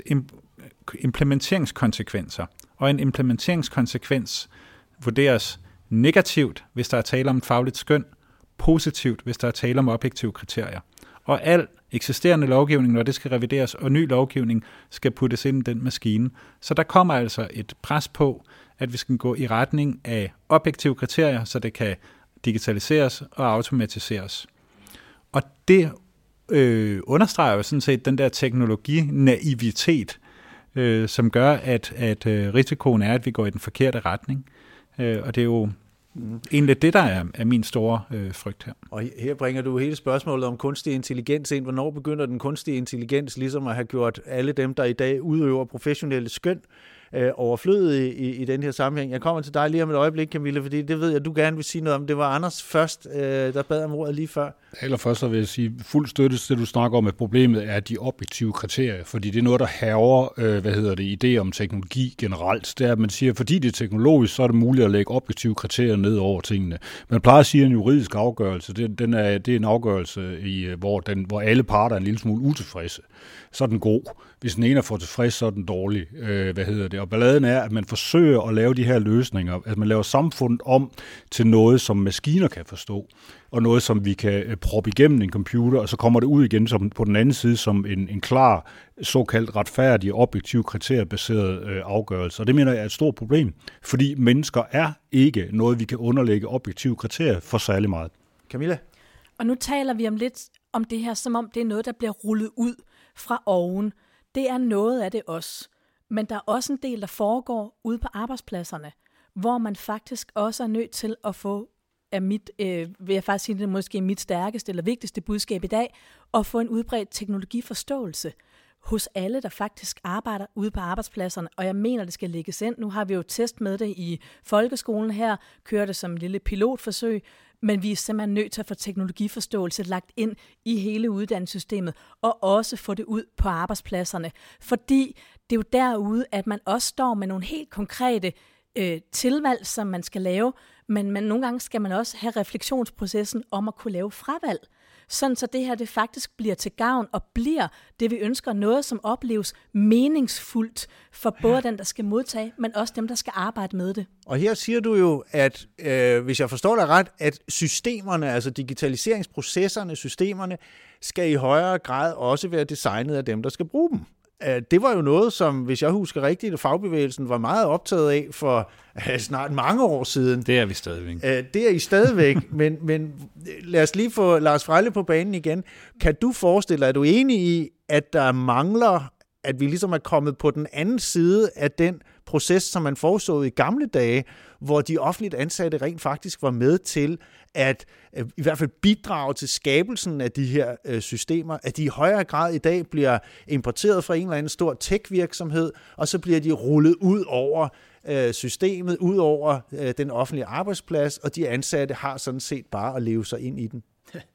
implementeringskonsekvenser, og en implementeringskonsekvens vurderes negativt, hvis der er tale om et fagligt skøn, positivt, hvis der er tale om objektive kriterier. Og al eksisterende lovgivning, når det skal revideres, og ny lovgivning skal puttes ind i den maskine. Så der kommer altså et pres på, at vi skal gå i retning af objektive kriterier, så det kan digitaliseres og automatiseres. Og det øh, understreger jo sådan set den der teknologinaivitet, øh, som gør, at, at øh, risikoen er, at vi går i den forkerte retning. Øh, og det er jo mm. egentlig det, der er, er min store øh, frygt her. Og her bringer du hele spørgsmålet om kunstig intelligens ind. Hvornår begynder den kunstige intelligens ligesom at have gjort alle dem, der i dag udøver professionelle skøn, øh, overflødige i, i den her sammenhæng? Jeg kommer til dig lige om et øjeblik, Camilla, fordi det ved jeg, du gerne vil sige noget om. Det var Anders først, øh, der bad om ordet lige før. Allerførst så vil jeg sige, fuld støtte til det, du snakker om, at problemet er de objektive kriterier, fordi det er noget, der hærger, øh, hvad hedder det, idé om teknologi generelt. Det er, at man siger, at fordi det er teknologisk, så er det muligt at lægge objektive kriterier ned over tingene. Man plejer at sige, at en juridisk afgørelse, det, den er, det er en afgørelse, i, hvor, den, hvor alle parter er en lille smule utilfredse. Så er den god. Hvis den ene er for tilfreds, så er den dårlig. Øh, hvad hedder det? Og balladen er, at man forsøger at lave de her løsninger, at man laver samfundet om til noget, som maskiner kan forstå, og noget, som vi kan proppe igennem en computer, og så kommer det ud igen som, på den anden side som en, en klar, såkaldt retfærdig, objektiv, kriterbaseret øh, afgørelse. Og det mener jeg er et stort problem, fordi mennesker er ikke noget, vi kan underlægge objektive kriterier for særlig meget. Camilla? Og nu taler vi om lidt om det her, som om det er noget, der bliver rullet ud fra oven. Det er noget af det også. Men der er også en del, der foregår ude på arbejdspladserne, hvor man faktisk også er nødt til at få, af mit, øh, vil jeg faktisk sige, det er måske mit stærkeste eller vigtigste budskab i dag, at få en udbredt teknologiforståelse hos alle, der faktisk arbejder ude på arbejdspladserne. Og jeg mener, det skal lægges ind. Nu har vi jo test med det i folkeskolen her, kører det som et lille pilotforsøg, men vi er simpelthen nødt til at få teknologiforståelse lagt ind i hele uddannelsessystemet, og også få det ud på arbejdspladserne. Fordi det er jo derude, at man også står med nogle helt konkrete øh, tilvalg, som man skal lave, men, men nogle gange skal man også have refleksionsprocessen om at kunne lave fravalg. Sådan så det her det faktisk bliver til gavn og bliver det, vi ønsker, noget, som opleves meningsfuldt for både den, der skal modtage, men også dem, der skal arbejde med det. Og her siger du jo, at øh, hvis jeg forstår dig ret, at systemerne, altså digitaliseringsprocesserne, systemerne, skal i højere grad også være designet af dem, der skal bruge dem. Det var jo noget, som, hvis jeg husker rigtigt, at fagbevægelsen var meget optaget af for uh, snart mange år siden. Det er vi stadigvæk. Uh, det er I stadigvæk, men, men lad os lige få Lars Frejle på banen igen. Kan du forestille dig, er du enig i, at der mangler, at vi ligesom er kommet på den anden side af den proces, som man forudså i gamle dage, hvor de offentligt ansatte rent faktisk var med til at øh, i hvert fald bidrage til skabelsen af de her øh, systemer, at de i højere grad i dag bliver importeret fra en eller anden stor tech-virksomhed, og så bliver de rullet ud over øh, systemet, ud over øh, den offentlige arbejdsplads, og de ansatte har sådan set bare at leve sig ind i den.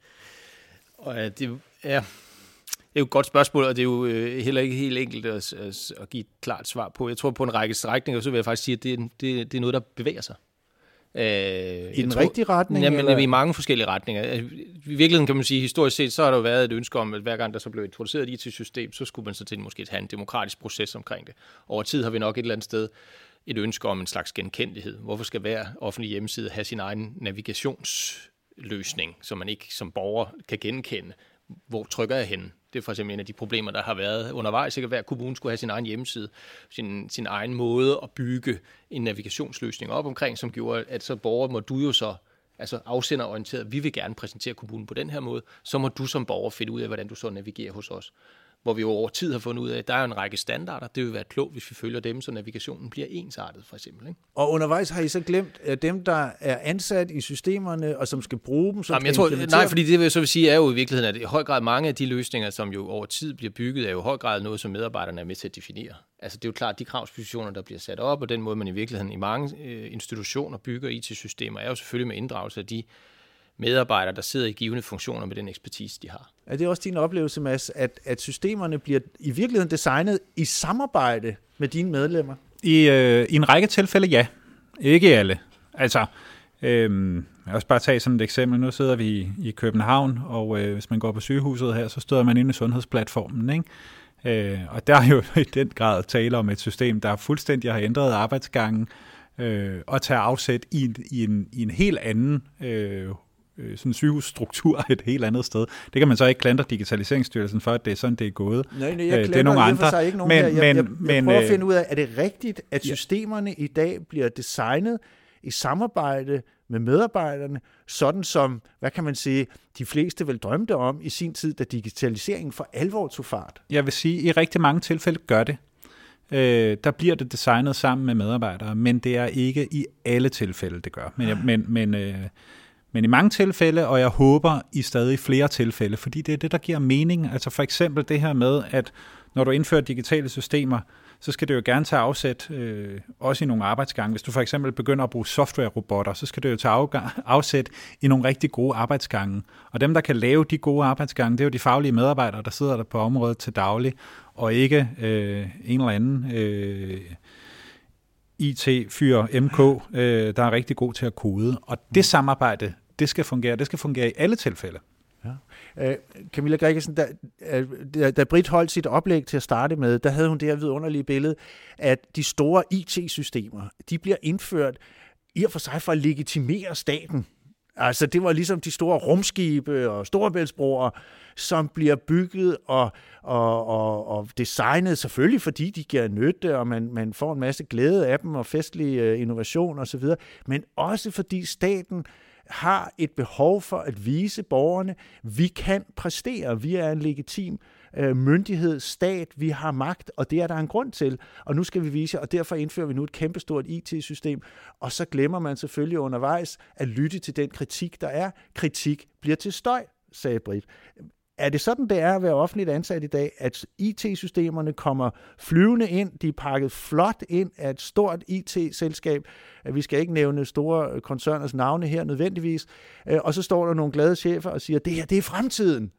Og ja, det er... Det er jo et godt spørgsmål, og det er jo øh, heller ikke helt enkelt at, at, at give et klart svar på. Jeg tror på en række strækninger, så vil jeg faktisk sige, at det, det, det er noget, der bevæger sig. Øh, I den tror, rigtige retning? Jamen, eller? I mange forskellige retninger. I virkeligheden kan man sige, historisk set, så har der jo været et ønske om, at hver gang der så blev introduceret et I T-system, så skulle man så til måske have en demokratisk proces omkring det. Over tid har vi nok et eller andet sted et ønske om en slags genkendelighed. Hvorfor skal hver offentlig hjemmeside have sin egen navigationsløsning, så man ikke som borger kan genkende, hvor trykker jeg henne? Det er for eksempel en af de problemer, der har været undervejs. Ikke? Hver kommune skulle have sin egen hjemmeside, sin, sin egen måde at bygge en navigationsløsning op omkring, som gjorde, at så borger må du jo så, altså afsenderorienteret, vi vil gerne præsentere kommunen på den her måde, så må du som borger finde ud af, hvordan du så navigerer hos os. Hvor vi jo over tid har fundet ud af, at der er en række standarder. Det vil være klogt, hvis vi følger dem, så navigationen bliver ensartet, for eksempel. Ikke? Og undervejs har I så glemt, at dem, der er ansat i systemerne, og som skal bruge dem, som Jamen, skal jeg tror, nej, fordi det vil jeg så vil sige, er jo i virkeligheden, at i høj grad mange af de løsninger, som jo over tid bliver bygget, er jo i høj grad noget, som medarbejderne er med til at definere. Altså det er jo klart, de kravspositioner, der bliver sat op, og den måde, man i virkeligheden i mange øh, institutioner bygger I T-systemer, er jo selvfølgelig med inddragelse af de medarbejdere, der sidder i givende funktioner med den ekspertise, de har. Er det også din oplevelse, Mads, at, at systemerne bliver i virkeligheden designet i samarbejde med dine medlemmer? I, øh, i en række tilfælde, ja. Ikke alle. Altså, øh, jeg vil også bare tage sådan et eksempel. Nu sidder vi i, i København, og øh, hvis man går på sygehuset her, så støder man inde i sundhedsplatformen, ikke? Øh, og der er jo i den grad tale om et system, der fuldstændig har ændret arbejdsgangen, øh, og tager afsæt i en, i en, i en helt anden øh, sådan sygehusstruktur et helt andet sted. Det kan man så ikke klandre Digitaliseringsstyrelsen for, at det er sådan, det er gået. Nej, nej, jeg det er nogle andre. Sig ikke nogen men, her. Jeg, jeg, jeg, jeg prøver at finde ud af, er det rigtigt, at systemerne i dag bliver designet i samarbejde med medarbejderne, sådan som, hvad kan man sige, de fleste vel drømte om i sin tid, da digitaliseringen for alvor tog fart? Jeg vil sige, at i rigtig mange tilfælde gør det. Øh, der bliver det designet sammen med medarbejdere, men det er ikke i alle tilfælde, det gør. Men, men, men, øh, men i mange tilfælde, og jeg håber i stadig flere tilfælde, fordi det er det, der giver mening. Altså for eksempel det her med, at når du indfører digitale systemer, så skal det jo gerne tage afsæt, øh, også i nogle arbejdsgange. Hvis du for eksempel begynder at bruge software-robotter, så skal det jo tage afsæt i nogle rigtig gode arbejdsgange. Og dem, der kan lave de gode arbejdsgange, det er jo de faglige medarbejdere, der sidder der på området til daglig, og ikke øh, en eller anden øh, I T-fyr, M K, øh, der er rigtig god til at kode. Og det samarbejde, det skal fungere. Det skal fungere i alle tilfælde. Ja. Camilla Gregersen, da, da, da Britt holdt sit oplæg til at starte med, der havde hun det her vidunderlige billede, at de store I T-systemer, de bliver indført i og for sig for at legitimere staten. Altså det var ligesom de store rumskibe og storebæltsbroer, som bliver bygget og, og, og, og designet selvfølgelig, fordi de giver nytte, og man, man får en masse glæde af dem og festlig innovation osv., men også fordi staten har et behov for at vise borgerne, vi kan præstere, vi er en legitim øh, myndighed, stat, vi har magt, og det er der en grund til, og nu skal vi vise, og derfor indfører vi nu et kæmpestort I T-system, og så glemmer man selvfølgelig undervejs at lytte til den kritik, der er. Kritik bliver til støj, sagde Britt. Er det sådan, det er at være offentligt ansat i dag, at I T-systemerne kommer flyvende ind, de er pakket flot ind af et stort I T-selskab, vi skal ikke nævne store koncerners navne her nødvendigvis, og så står der nogle glade chefer og siger, det her, det er fremtiden.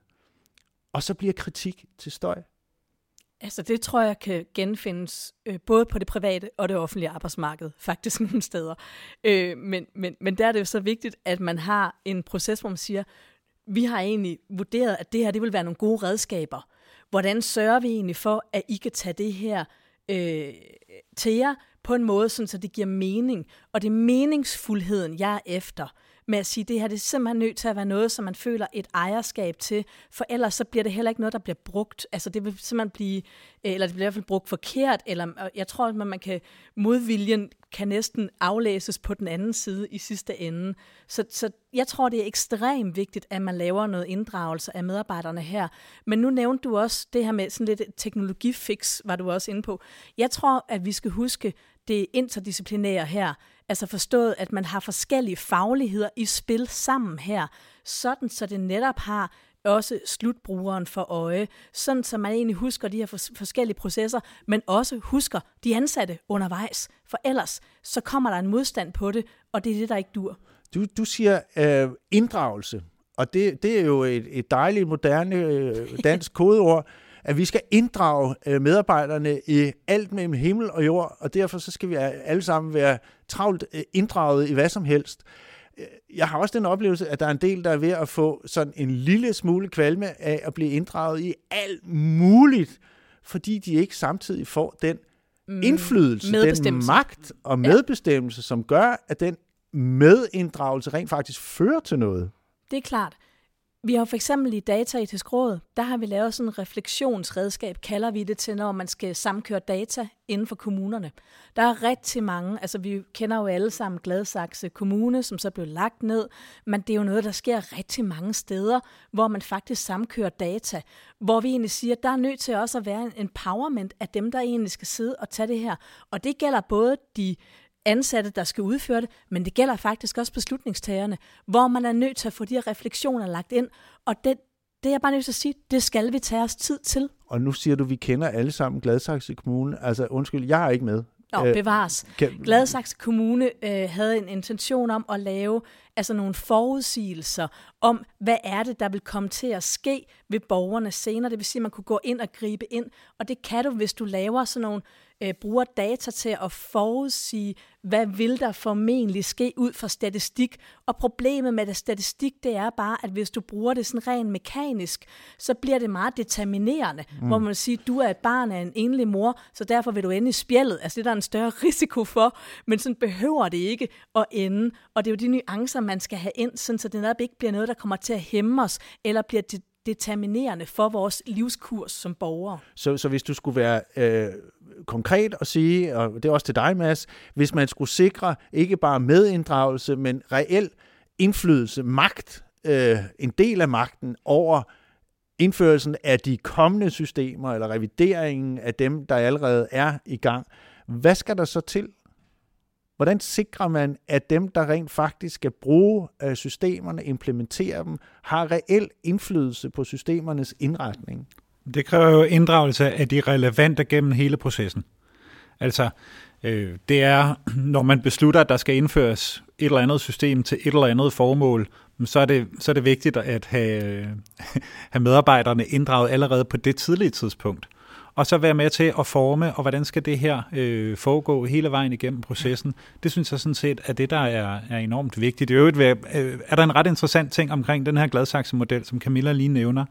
Og så bliver kritik til støj. Altså det tror jeg kan genfindes øh, både på det private og det offentlige arbejdsmarked, faktisk nogle steder. Øh, men, men, men der er det jo så vigtigt, at man har en proces, hvor man siger, vi har egentlig vurderet, at det her det vil være nogle gode redskaber. Hvordan sørger vi egentlig for, at I kan tage det her øh, til jer på en måde, sådan, så det giver mening? Og det er meningsfuldheden, jeg er efter med at sige, at det her det er simpelthen nødt til at være noget, som man føler et ejerskab til, for ellers så bliver det heller ikke noget, der bliver brugt. Altså det vil simpelthen blive, eller det bliver i hvert fald brugt forkert, eller jeg tror, at man kan, modviljen kan næsten aflæses på den anden side i sidste ende. Så, så jeg tror, det er ekstremt vigtigt, at man laver noget inddragelse af medarbejderne her. Men nu nævnte du også det her med sådan lidt teknologifix, var du også inde på. Jeg tror, at vi skal huske det interdisciplinære her, altså forstået, at man har forskellige fagligheder i spil sammen her, sådan så det netop har også slutbrugeren for øje, sådan så man egentlig husker de her forskellige processer, men også husker de ansatte undervejs, for ellers så kommer der en modstand på det, og det er det, der ikke dur. Du, du siger øh, inddragelse, og det, det er jo et, et dejligt, moderne øh, dansk kodeord, at vi skal inddrage øh, medarbejderne i alt mellem himmel og jord, og derfor så skal vi alle sammen være travlt øh, inddraget i hvad som helst. Jeg har også den oplevelse, at der er en del, der er ved at få sådan en lille smule kvalme af at blive inddraget i alt muligt, fordi de ikke samtidig får den indflydelse, den magt og medbestemmelse, ja, som gør, at den medinddragelse rent faktisk fører til noget. Det er klart. Vi har for eksempel i Dataetisk Råd, der har vi lavet sådan en refleksionsredskab, kalder vi det til, når man skal samkøre data inden for kommunerne. Der er rigtig mange, altså vi kender jo alle sammen Gladsaxe Kommune, som så blev lagt ned, men det er jo noget, der sker rigtig mange steder, hvor man faktisk samkører data, hvor vi egentlig siger, at der er nødt til også at være en empowerment af dem, der egentlig skal sidde og tage det her. Og det gælder både de ansatte, der skal udføre det, men det gælder faktisk også beslutningstagerne, hvor man er nødt til at få de her refleksioner lagt ind, og det, det er jeg bare nødt til at sige, det skal vi tage os tid til. Og nu siger du, at vi kender alle sammen Gladsaxe Kommune. Altså undskyld, jeg er ikke med. Nå, bevares. Kan... Gladsaxe Kommune øh, havde en intention om at lave altså nogle forudsigelser om, hvad er det, der vil komme til at ske ved borgerne senere. Det vil sige, at man kunne gå ind og gribe ind, og det kan du, hvis du laver sådan nogle øh, bruger data til at forudsige, hvad vil der formentlig ske ud fra statistik. Og problemet med det statistik, det er bare, at hvis du bruger det sådan rent mekanisk, så bliver det meget determinerende, mm. hvor man siger, at du er et barn af en enlig mor, så derfor vil du ende i spjældet. Altså det er der en større risiko for, men sådan behøver det ikke at ende. Og det er jo de nuancer, man skal have ind, sådan, så det netop ikke bliver noget, der kommer til at hæmme os, eller bliver det determinerende for vores livskurs som borgere. Så, så hvis du skulle være øh, konkret og sige, og det er også til dig, Mads, hvis man skulle sikre ikke bare medinddragelse, men reel indflydelse, magt, øh, en del af magten over indførelsen af de kommende systemer, eller revideringen af dem, der allerede er i gang, hvad skal der så til? Hvordan sikrer man, at dem, der rent faktisk skal bruge systemerne, implementere dem, har reel indflydelse på systemernes indretning? Det kræver jo inddragelse af de relevante gennem hele processen. Altså, øh, det er, når man beslutter, at der skal indføres et eller andet system til et eller andet formål, så er det, så er det vigtigt at have, have medarbejderne inddraget allerede på det tidlige tidspunkt. Og så være med til at forme, og hvordan skal det her øh, foregå hele vejen igennem processen. Det synes jeg sådan set er det, der er, er enormt vigtigt. I øvrigt øh, er der en ret interessant ting omkring den her Gladsaxe-model, som Camilla lige nævner,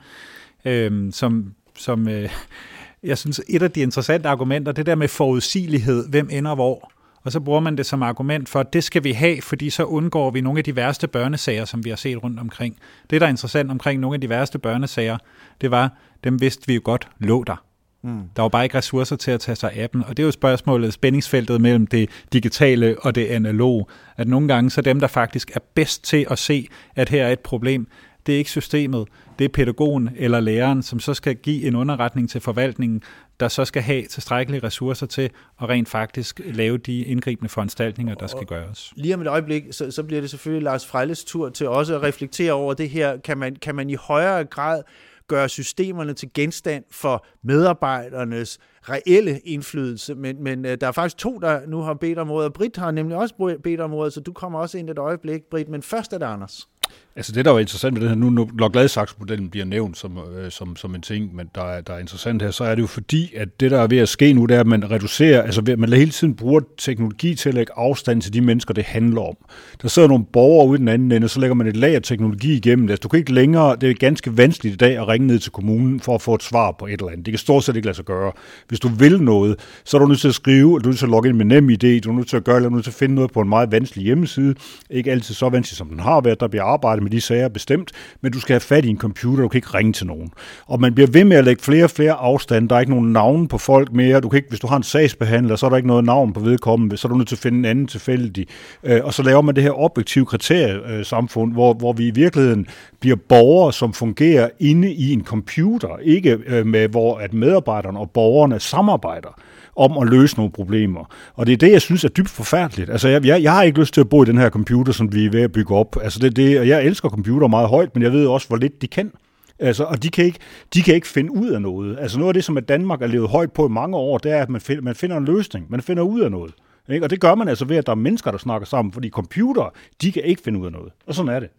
øh, som, som øh, jeg synes et af de interessante argumenter, det der med forudsigelighed, hvem ender hvor. Og så bruger man det som argument for, at det skal vi have, fordi så undgår vi nogle af de værste børnesager, som vi har set rundt omkring. Det, der er interessant omkring nogle af de værste børnesager, det var, dem vidste vi jo godt lå der. Mm. Der var bare ikke ressourcer til at tage sig af dem, og det er jo spørgsmålet, spændingsfeltet mellem det digitale og det analoge, at nogle gange så dem, der faktisk er bedst til at se, at her er et problem, det er ikke systemet, det er pædagogen eller læreren, som så skal give en underretning til forvaltningen, der så skal have tilstrækkelige ressourcer til at rent faktisk lave de indgribende foranstaltninger, der skal gøres. Lige om et øjeblik, så, så bliver det selvfølgelig Lars Frejles tur til også at reflektere over det her. Kan man, kan man i højere grad gøre systemerne til genstand for medarbejdernes reelle indflydelse, men, men der er faktisk to, der nu har bedt om ordet, og Britt har nemlig også bedt om ordet, så du kommer også ind et øjeblik, Britt, men først er det Anders. Altså det, der er interessant med det her, nu når Gladsaxe-modellen bliver nævnt som, øh, som, som en ting, men der er, der er interessant her, så er det jo fordi, at det, der er ved at ske nu, det er, at man reducerer, altså at man hele tiden bruger teknologi til at lægge afstand til de mennesker, det handler om. Der sidder nogle borgere ude i den anden ende, og så lægger man et lag af teknologi igennem det. Altså, du kan ikke længere, det er ganske vanskeligt i dag at ringe ned til kommunen for at få et svar på et eller andet. Det kan stort set ikke lade sig gøre. Hvis du vil noget, så er du nødt til at skrive, du er nødt til at logge ind med NemID, du er nødt til at gøre, eller du er nødt til at finde noget på en meget vanskelig hjemmeside. Ikke altid så vanskeligt, som den har været, der bliver arbejdet med de sager bestemt, men du skal have fat i en computer, du kan ikke ringe til nogen. Og man bliver ved med at lægge flere og flere afstande, der er ikke nogen navne på folk mere, du kan ikke, hvis du har en sagsbehandler, så er der ikke noget navn på vedkommende, så er du nødt til at finde en anden tilfældig, øh, og så laver man det her objektive kriteriesamfund, hvor, hvor vi i virkeligheden bliver borgere, som fungerer inde i en computer, ikke øh, med, hvor at medarbejderne og borgerne samarbejder om at løse nogle problemer. Og det er det, jeg synes er dybt forfærdeligt. Altså, jeg, jeg, jeg har ikke lyst til at bo i den her computer, som vi er ved at bygge op. Altså, det, det, og jeg elsker computer meget højt, men jeg ved også, hvor lidt de kan. Altså, og de kan, ikke, de kan ikke finde ud af noget. Altså, noget af det, som at Danmark er levet højt på i mange år, det er, at man finder, man finder en løsning. Man finder ud af noget. Ikke? Og det gør man altså ved, at der er mennesker, der snakker sammen, fordi computer, de kan ikke finde ud af noget. Og sådan er det.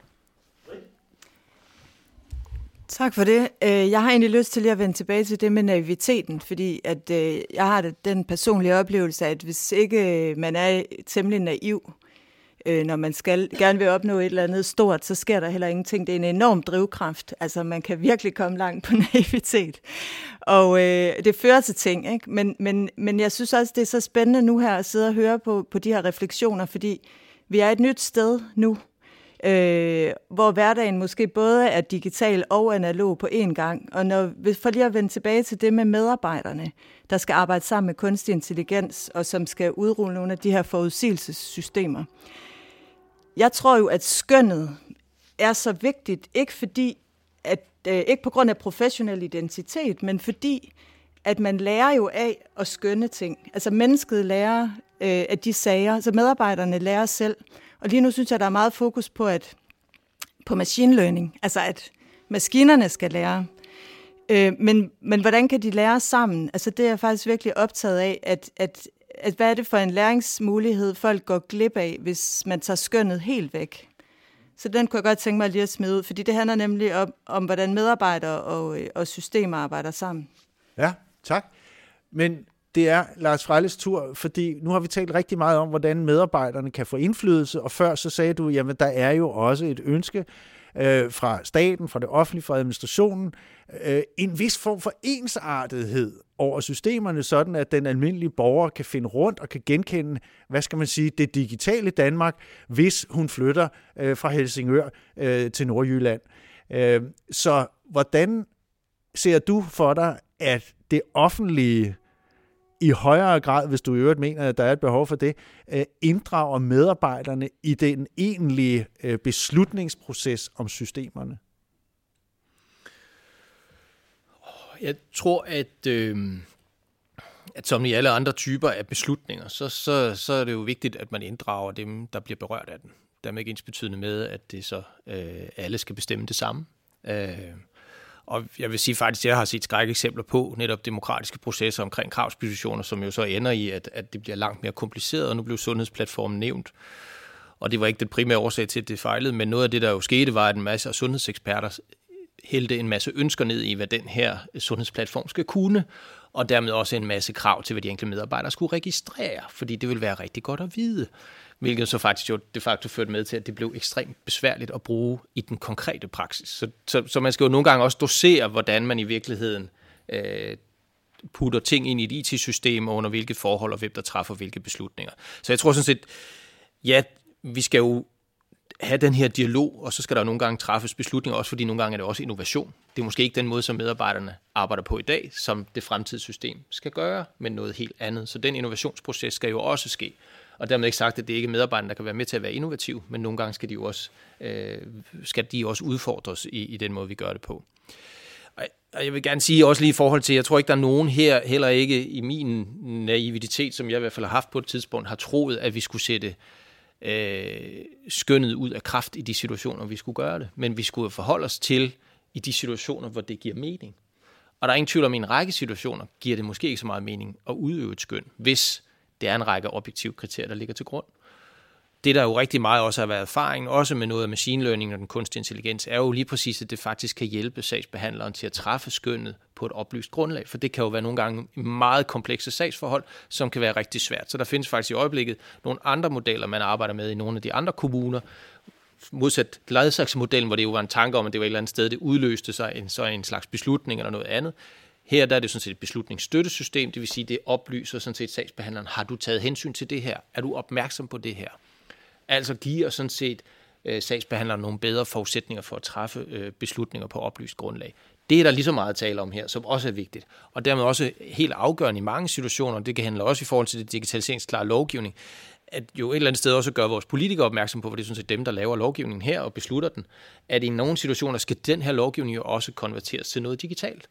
Tak for det. Jeg har egentlig lyst til lige at vende tilbage til det med naiviteten, fordi at jeg har den personlige oplevelse, at hvis ikke man er temmelig naiv, når man skal, gerne vil opnå et eller andet stort, så sker der heller ingenting. Det er en enorm drivkraft. Altså, man kan virkelig komme langt på naivitet. Og øh, det fører til ting, ikke? Men, men, men jeg synes også, det er så spændende nu her at sidde og høre på, på de her refleksioner, fordi vi er et nyt sted nu, Øh, hvor hverdagen måske både er digital og analog på én gang. Og når vi får lige at vende tilbage til det med medarbejderne, der skal arbejde sammen med kunstig intelligens, og som skal udrulle nogle af de her forudsigelsessystemer. Jeg tror jo, at skønnet er så vigtigt, ikke fordi, at, øh, ikke på grund af professionel identitet, men fordi, at man lærer jo af at skønne ting. Altså mennesket lærer øh, af de sager, så medarbejderne lærer selv. Og lige nu synes jeg, der er meget fokus på, at, på machine learning, altså at maskinerne skal lære. Øh, men, men hvordan kan de lære sammen? Altså det er jeg faktisk virkelig optaget af, at, at, at hvad er det for en læringsmulighed, folk går glip af, hvis man tager skønnet helt væk? Så den kunne jeg godt tænke mig lige at smide ud, fordi det handler nemlig om, om hvordan medarbejdere og, og systemer arbejder sammen. Ja, tak. Men det er Lars Frejles tur, fordi nu har vi talt rigtig meget om, hvordan medarbejderne kan få indflydelse, og før så sagde du, jamen der er jo også et ønske øh, fra staten, fra det offentlige, fra administrationen, øh, en vis form for ensartethed over systemerne, sådan at den almindelige borger kan finde rundt og kan genkende, hvad skal man sige, det digitale Danmark, hvis hun flytter øh, fra Helsingør øh, til Nordjylland. Øh, så hvordan ser du for dig, at det offentlige i højere grad, hvis du i øvrigt mener, at der er et behov for det, inddrager medarbejderne i den egentlige beslutningsproces om systemerne? Jeg tror, at, øh, at som i alle andre typer af beslutninger, så, så, så er det jo vigtigt, at man inddrager dem, der bliver berørt af den. Dermed ikke ensbetydende med, at det så øh, alle skal bestemme det samme. Øh, Og jeg vil sige faktisk, at jeg har set skrækeksempler på netop demokratiske processer omkring kravspositioner, som jo så ender i, at, at det bliver langt mere kompliceret, og nu blev sundhedsplatformen nævnt. Og det var ikke den primære årsag til, at det fejlede, men noget af det, der jo skete, var, at en masse sundhedseksperter hældte en masse ønsker ned i, hvad den her sundhedsplatform skal kunne, og dermed også en masse krav til, hvad de enkelte medarbejdere skulle registrere, fordi det ville være rigtig godt at vide. Hvilket så faktisk jo de facto førte med til, at det blev ekstremt besværligt at bruge i den konkrete praksis. Så, så, så man skal jo nogle gange også dosere, hvordan man i virkeligheden øh, putter ting ind i et I T-system, og under hvilke forhold, og hvem der træffer hvilke beslutninger. Så jeg tror sådan set, ja, vi skal jo, have den her dialog, og så skal der nogle gange træffes beslutninger, også fordi nogle gange er det også innovation. Det er måske ikke den måde, som medarbejderne arbejder på i dag, som det fremtidssystem skal gøre, men noget helt andet. Så den innovationsproces skal jo også ske. Og dermed ikke sagt, at det ikke er medarbejderne, der kan være med til at være innovativ, men nogle gange skal de jo også, øh, skal de også udfordres i, i den måde, vi gør det på. Og jeg vil gerne sige også lige i forhold til, jeg tror ikke, der er nogen her, heller ikke i min naivitet, som jeg i hvert fald har haft på et tidspunkt, har troet, at vi skulle sætte øh, skønnet ud af kraft i de situationer, vi skulle gøre det. Men vi skulle forholde os til i de situationer, hvor det giver mening. Og der er ingen tvivl om, at i en række situationer giver det måske ikke så meget mening at udøve et skøn, hvis det er en række objektive kriterier, der ligger til grund. Det, der jo rigtig meget også har været erfaring, også med noget af machine learning og den kunstige intelligens, er jo lige præcis, at det faktisk kan hjælpe sagsbehandleren til at træffe skønnet på et oplyst grundlag. For det kan jo være nogle gange meget komplekse sagsforhold, som kan være rigtig svært. Så der findes faktisk i øjeblikket nogle andre modeller, man arbejder med i nogle af de andre kommuner, modsat Gladsaxe-modellen, hvor det jo var en tanke om, at det var et eller andet sted, det udløste sig en, så en slags beslutning eller noget andet. Her der er det sådan set et beslutningsstøttesystem, det vil sige, det oplyser sådan set sagsbehandleren, har du taget hensyn til det her? Er du opmærksom på det her? Altså giver sådan set øh, sagsbehandleren nogle bedre forudsætninger for at træffe øh, beslutninger på oplyst grundlag. Det er der lige så meget at tale om her, som også er vigtigt. Og dermed også helt afgørende i mange situationer, det kan handle også i forhold til det digitaliseringsklare lovgivning, at jo et eller andet sted også gør vores politikere opmærksom på, for det er sådan set dem, der laver lovgivningen her og beslutter den, at i nogle situationer skal den her lovgivning jo også konverteres til noget digitalt.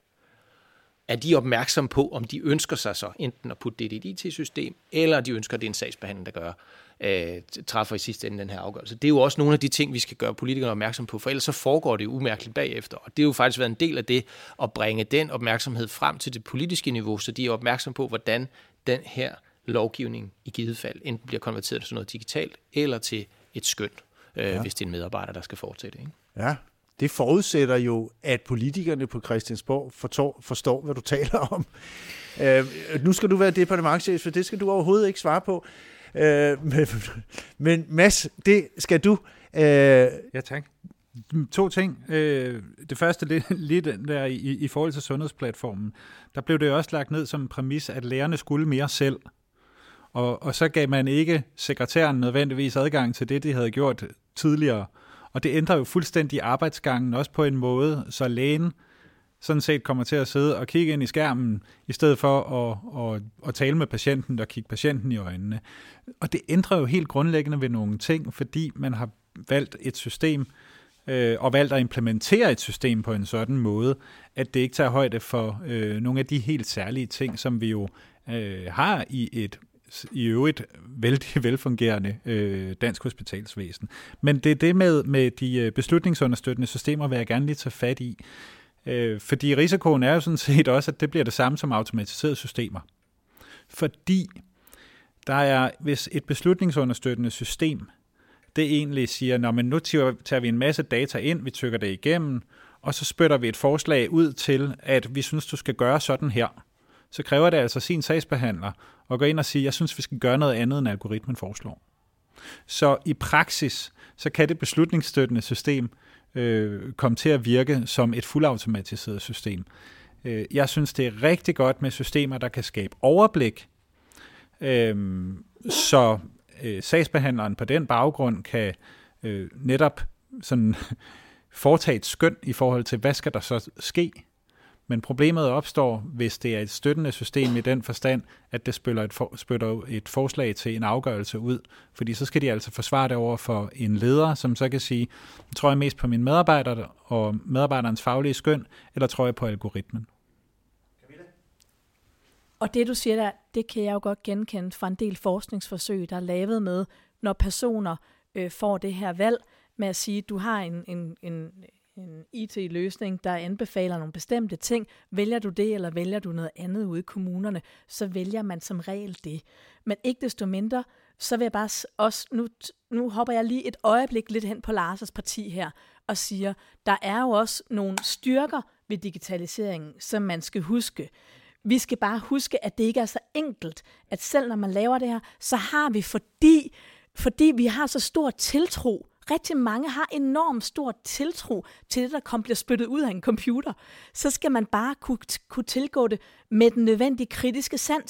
Er de opmærksom på, om de ønsker sig så enten at putte det i et I T-system, eller de ønsker, at det er en sagsbehandler, der gør, øh, træffer i sidste ende den her afgørelse. Det er jo også nogle af de ting, vi skal gøre politikerne opmærksom på, for ellers så foregår det jo umærkeligt bagefter. Og det er jo faktisk været en del af det, at bringe den opmærksomhed frem til det politiske niveau, så de er opmærksom på, hvordan den her lovgivning i givet fald enten bliver konverteret til noget digitalt, eller til et skøn, øh, ja. hvis det er en medarbejder, der skal foretage det. Ikke? Ja. Det forudsætter jo, at politikerne på Christiansborg forstår, forstår hvad du taler om. Øh, nu skal du være departementschef, for det skal du overhovedet ikke svare på. Øh, men, men Mads, det skal du. Øh... Ja, tak. To ting. Øh, det første, lidt, lidt der i, i forhold til sundhedsplatformen, der blev det også lagt ned som en præmis, at lærerne skulle mere selv. Og, og så gav man ikke sekretæren nødvendigvis adgang til det, de havde gjort tidligere. Og det ændrer jo fuldstændig arbejdsgangen, også på en måde, så lægen sådan set kommer til at sidde og kigge ind i skærmen, i stedet for at, at, at tale med patienten og kigge patienten i øjnene. Og det ændrer jo helt grundlæggende ved nogle ting, fordi man har valgt et system, øh, og valgt at implementere et system på en sådan måde, at det ikke tager højde for øh, nogle af de helt særlige ting, som vi jo øh, har i et i øvrigt vældig velfungerende øh, dansk hospitalsvæsen. Men det er det med, med de beslutningsunderstøttende systemer, vil jeg gerne lige tage fat i. Øh, fordi risikoen er jo sådan set også, at det bliver det samme som automatiserede systemer. Fordi der er, hvis et beslutningsunderstøttende system, det egentlig siger, når man nu tager vi en masse data ind, vi tykker det igennem, og så spytter vi et forslag ud til, at vi synes, du skal gøre sådan her. Så kræver det altså sin sagsbehandler at gå ind og sige, jeg synes, vi skal gøre noget andet, end algoritmen foreslår. Så i praksis, så kan det beslutningsstøttende system øh, komme til at virke som et fuldautomatiseret system. Øh, jeg synes, det er rigtig godt med systemer, der kan skabe overblik, øh, så øh, sagsbehandleren på den baggrund kan øh, netop sådan foretage et skøn i forhold til, hvad skal der så ske. Men problemet opstår, hvis det er et støttende system i den forstand, at det spytter et, for, spytter et forslag til en afgørelse ud. Fordi så skal de altså forsvare det over for en leder, som så kan sige, tror jeg mest på mine medarbejdere og medarbejderens faglige skøn, eller tror jeg på algoritmen? Og det du siger der, det kan jeg jo godt genkende fra en del forskningsforsøg, der er lavet med, når personer øh, får det her valg med at sige, du har en, en, en en I T-løsning, der anbefaler nogle bestemte ting. Vælger du det, eller vælger du noget andet ude i kommunerne, så vælger man som regel det. Men ikke desto mindre, så vil jeg bare også, nu, nu hopper jeg lige et øjeblik lidt hen på Lars' parti her, og siger, der er jo også nogle styrker ved digitaliseringen, som man skal huske. Vi skal bare huske, at det ikke er så enkelt, at selv når man laver det her, så har vi, fordi, fordi vi har så stor tiltro. Rigtig mange har enormt stor tiltro til det, der kommer bliver spyttet ud af en computer. Så skal man bare kunne, kunne tilgå det med den nødvendige kritiske sans.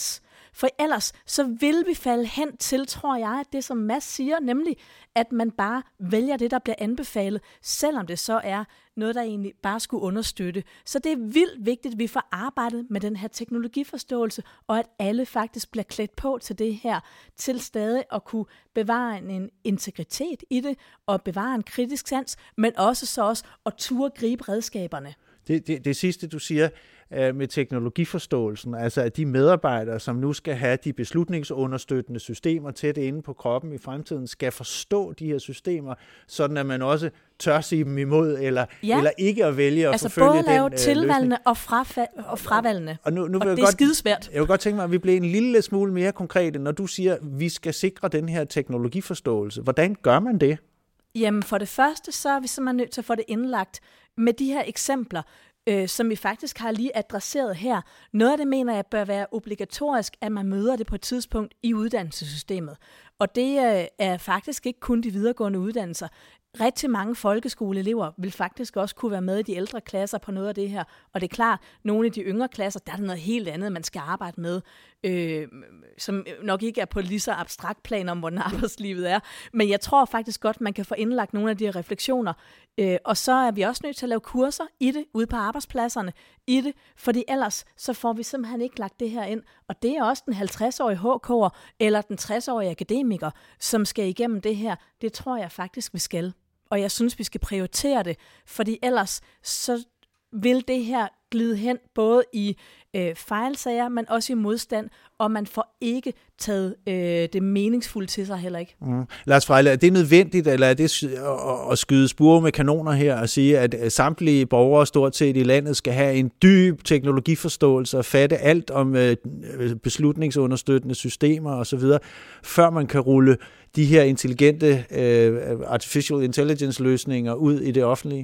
For ellers så vil vi falde hen til, tror jeg, at det som Mads siger, nemlig at man bare vælger det, der bliver anbefalet, selvom det så er noget, der egentlig bare skulle understøtte. Så det er vildt vigtigt, at vi får arbejdet med den her teknologiforståelse, og at alle faktisk bliver klædt på til det her, til stadig at kunne bevare en integritet i det, og bevare en kritisk sans, men også så også at turde gribe redskaberne. Det, det, det sidste, du siger øh, med teknologiforståelsen, altså at de medarbejdere, som nu skal have de beslutningsunderstøttende systemer tæt inde på kroppen i fremtiden, skal forstå de her systemer, sådan at man også tør sige dem imod, eller, ja. eller ikke at vælge at altså forfølge den løsning. Altså både lave tilvalgene og, frafa- og fravalgene, og, nu, nu og vil det jeg er godt, skidesvært. Jeg vil godt tænke mig, at vi bliver en lille smule mere konkrete, når du siger, at vi skal sikre den her teknologiforståelse. Hvordan gør man det? Jamen for det første, så er vi simpelthen nødt til at få det indlagt med de her eksempler, øh, som vi faktisk har lige adresseret her. Noget af det mener jeg bør være obligatorisk, at man møder det på et tidspunkt i uddannelsessystemet. Og det øh, er faktisk ikke kun de videregående uddannelser. Rigtig mange folkeskoleelever vil faktisk også kunne være med i de ældre klasser på noget af det her. Og det er klart, nogle af de yngre klasser, der er der noget helt andet, man skal arbejde med, øh, som nok ikke er på lige så abstrakt plan om, hvordan arbejdslivet er. Men jeg tror faktisk godt, man kan få indlagt nogle af de her refleksioner. Øh, og så er vi også nødt til at lave kurser i det, ude på arbejdspladserne i det, fordi ellers så får vi simpelthen ikke lagt det her ind. Og det er også den halvtreds-årige H K'er eller den tres-årige akademiker, som skal igennem det her. Det tror jeg faktisk, vi skal. Og jeg synes, vi skal prioritere det, fordi ellers så vil det her glide hen både i øh, fejlsager, men også i modstand, og man får ikke taget øh, det meningsfulde til sig heller ikke. Mm. Lars Frejle, er det nødvendigt, eller er det at skyde spure med kanoner her og sige, at samtlige borgere stort set i landet skal have en dyb teknologiforståelse og fatte alt om øh, beslutningsunderstøttende systemer osv., før man kan rulle de her intelligente øh, artificial intelligence løsninger ud i det offentlige?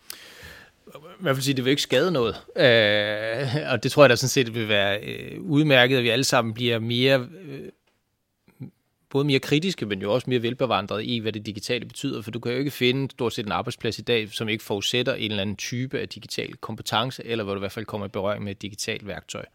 I hvert fald sige, det vil ikke skade noget. Øh, og det tror jeg da sådan set vil være øh, udmærket, at vi alle sammen bliver mere, øh, både mere kritiske, men jo også mere velbevandrede i, hvad det digitale betyder. For du kan jo ikke finde stort set en arbejdsplads i dag, som ikke forudsætter en eller anden type af digital kompetence, eller hvor du i hvert fald kommer i berøring med et digitalt værktøj.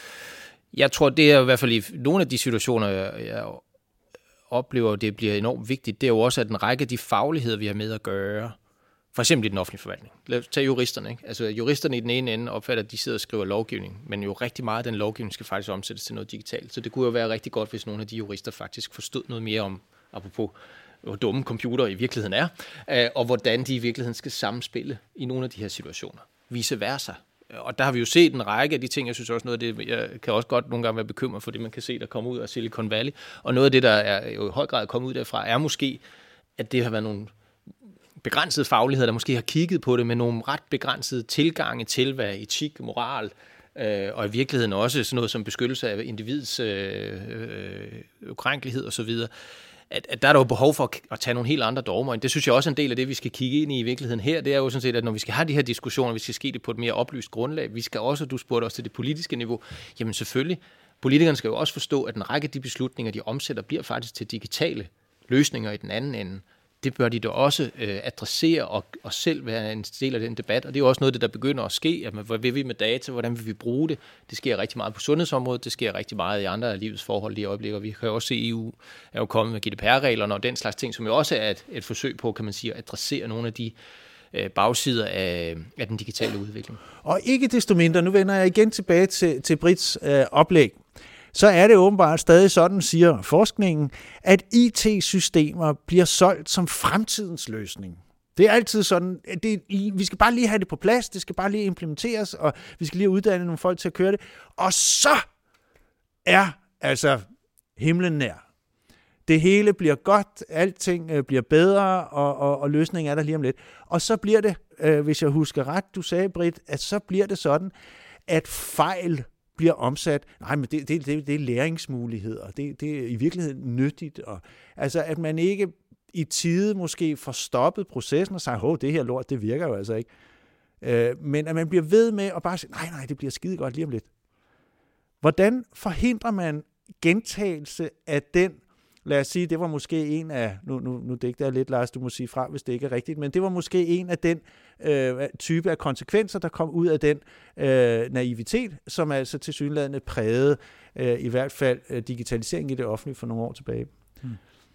Jeg tror, det er i hvert fald i nogle af de situationer, jeg, jeg oplever, at det bliver enormt vigtigt, det er jo også, at en række af de fagligheder, vi har med at gøre, for eksempel i den offentlige forvaltning. Lad os tage juristerne. Ikke? Altså juristerne i den ene ende opfatter, at de sidder og skriver lovgivning, men jo rigtig meget af den lovgivning skal faktisk omsættes til noget digitalt. Så det kunne jo være rigtig godt, hvis nogle af de jurister faktisk forstod noget mere om, apropos hvor dumme computer i virkeligheden er, og hvordan de i virkeligheden skal samspille i nogle af de her situationer. Vice versa. Og der har vi jo set en række af de ting, jeg synes også noget af det, jeg kan også godt nogle gange være bekymret for det, man kan se, der kommer ud af Silicon Valley. Og noget af det, der er jo i høj grad kommet ud derfra, er måske, at det har været nogle begrænsede fagligheder, der måske har kigget på det med nogle ret begrænsede tilgange til, hvad etik, moral, øh, og i virkeligheden også sådan noget som beskyttelse af individets øh, øh, ukrænkelighed osv., at, at der er der jo behov for at, at tage nogle helt andre dogmer ind. Det synes jeg også er en del af det, vi skal kigge ind i i virkeligheden her. Det er jo sådan set, at når vi skal have de her diskussioner, vi skal ske det på et mere oplyst grundlag. Vi skal også, du spurgte også til det politiske niveau, jamen selvfølgelig, politikerne skal jo også forstå, at en række af de beslutninger, de omsætter, bliver faktisk til digitale løsninger i den anden ende. Det bør de da også øh, adressere og, og selv være en del af den debat. Og det er jo også noget, der begynder at ske. At, hvad vil vi med data? Hvordan vil vi bruge det? Det sker rigtig meget på sundhedsområdet. Det sker rigtig meget i andre af livets forhold lige i øjeblikket. Vi kan jo også se, at E U er jo kommet med G D P R-reglerne og den slags ting, som jo også er et, et forsøg på, kan man sige, at adressere nogle af de øh, bagsider af, af den digitale udvikling. Og ikke desto mindre, nu vender jeg igen tilbage til, til Brits øh, oplæg. Så er det åbenbart stadig sådan, siger forskningen, at I T-systemer bliver solgt som fremtidens løsning. Det er altid sådan, at det, vi skal bare lige have det på plads, det skal bare lige implementeres, og vi skal lige uddanne nogle folk til at køre det. Og så er altså himlen nær. Det hele bliver godt, alting bliver bedre, og, og, og løsningen er der lige om lidt. Og så bliver det, øh, hvis jeg husker ret, du sagde, Britt, at så bliver det sådan, at fejl bliver omsat. Nej, men det, det, det, det er læringsmuligheder. Det, det er i virkeligheden nyttigt. Og, altså, at man ikke i tide måske får stoppet processen og siger, hov, det her lort, det virker jo altså ikke. Øh, men at man bliver ved med at bare sige, nej, nej, det bliver skide godt lige om lidt. Hvordan forhindrer man gentagelse af den lad os sige, det var måske en af, nu, nu, nu digter jeg lidt, Lars, du må sige fra, hvis det ikke er rigtigt, men det var måske en af den øh, type af konsekvenser, der kom ud af den øh, naivitet, som altså tilsyneladende prægede øh, i hvert fald øh, digitalisering i det offentlige for nogle år tilbage. Hmm.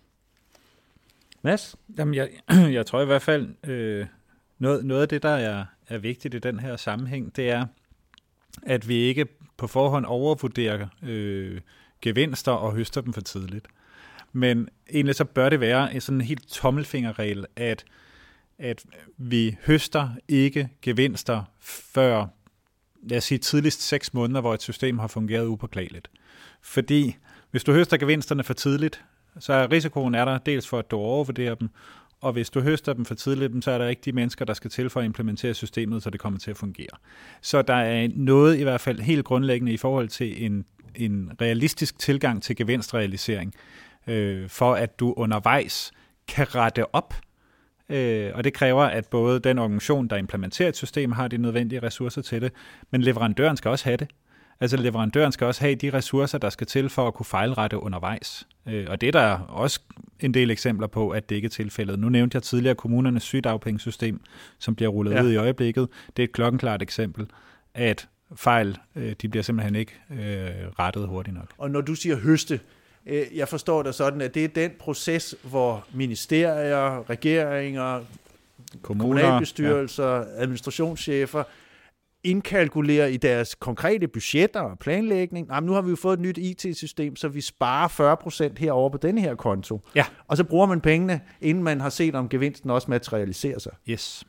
Mads? Jamen, jeg, jeg tror i hvert fald, øh, noget, noget af det, der er, er vigtigt i den her sammenhæng, det er, at vi ikke på forhånd overvurderer øh, gevinster og høster dem for tidligt. Men egentlig så bør det være en sådan en helt tommelfingerregel, at, at vi høster ikke gevinster før, lad os sige, tidligst seks måneder, hvor et system har fungeret upåklageligt. Fordi hvis du høster gevinsterne for tidligt, så er risikoen er der dels for, at du overvurderer dem, og hvis du høster dem for tidligt, så er der ikke de mennesker, der skal til for at implementere systemet, så det kommer til at fungere. Så der er noget i hvert fald helt grundlæggende i forhold til en, en realistisk tilgang til gevinstrealisering, øh, for at du undervejs kan rette op. Øh, og det kræver, at både den organisation, der implementerer et system, har de nødvendige ressourcer til det, men leverandøren skal også have det. Altså leverandøren skal også have de ressourcer, der skal til for at kunne fejlrette undervejs. Og det er der også en del eksempler på, at det ikke er tilfældet. Nu nævnte jeg tidligere kommunernes sygedagpengesystem, som bliver rullet ja. ud i øjeblikket. Det er et klokkenklart eksempel, at fejl, de bliver simpelthen ikke øh, rettet hurtigt nok. Og når du siger høste, jeg forstår det sådan, at det er den proces, hvor ministerier, regeringer, Kommuner, kommunalbestyrelser, ja. administrationschefer indkalkulerer i deres konkrete budgetter og planlægning. Jamen, nu har vi jo fået et nyt I T-system, så vi sparer fyrre procent herover på denne her konto. Ja. Og så bruger man pengene, inden man har set, om gevinsten også materialiserer sig. Yes.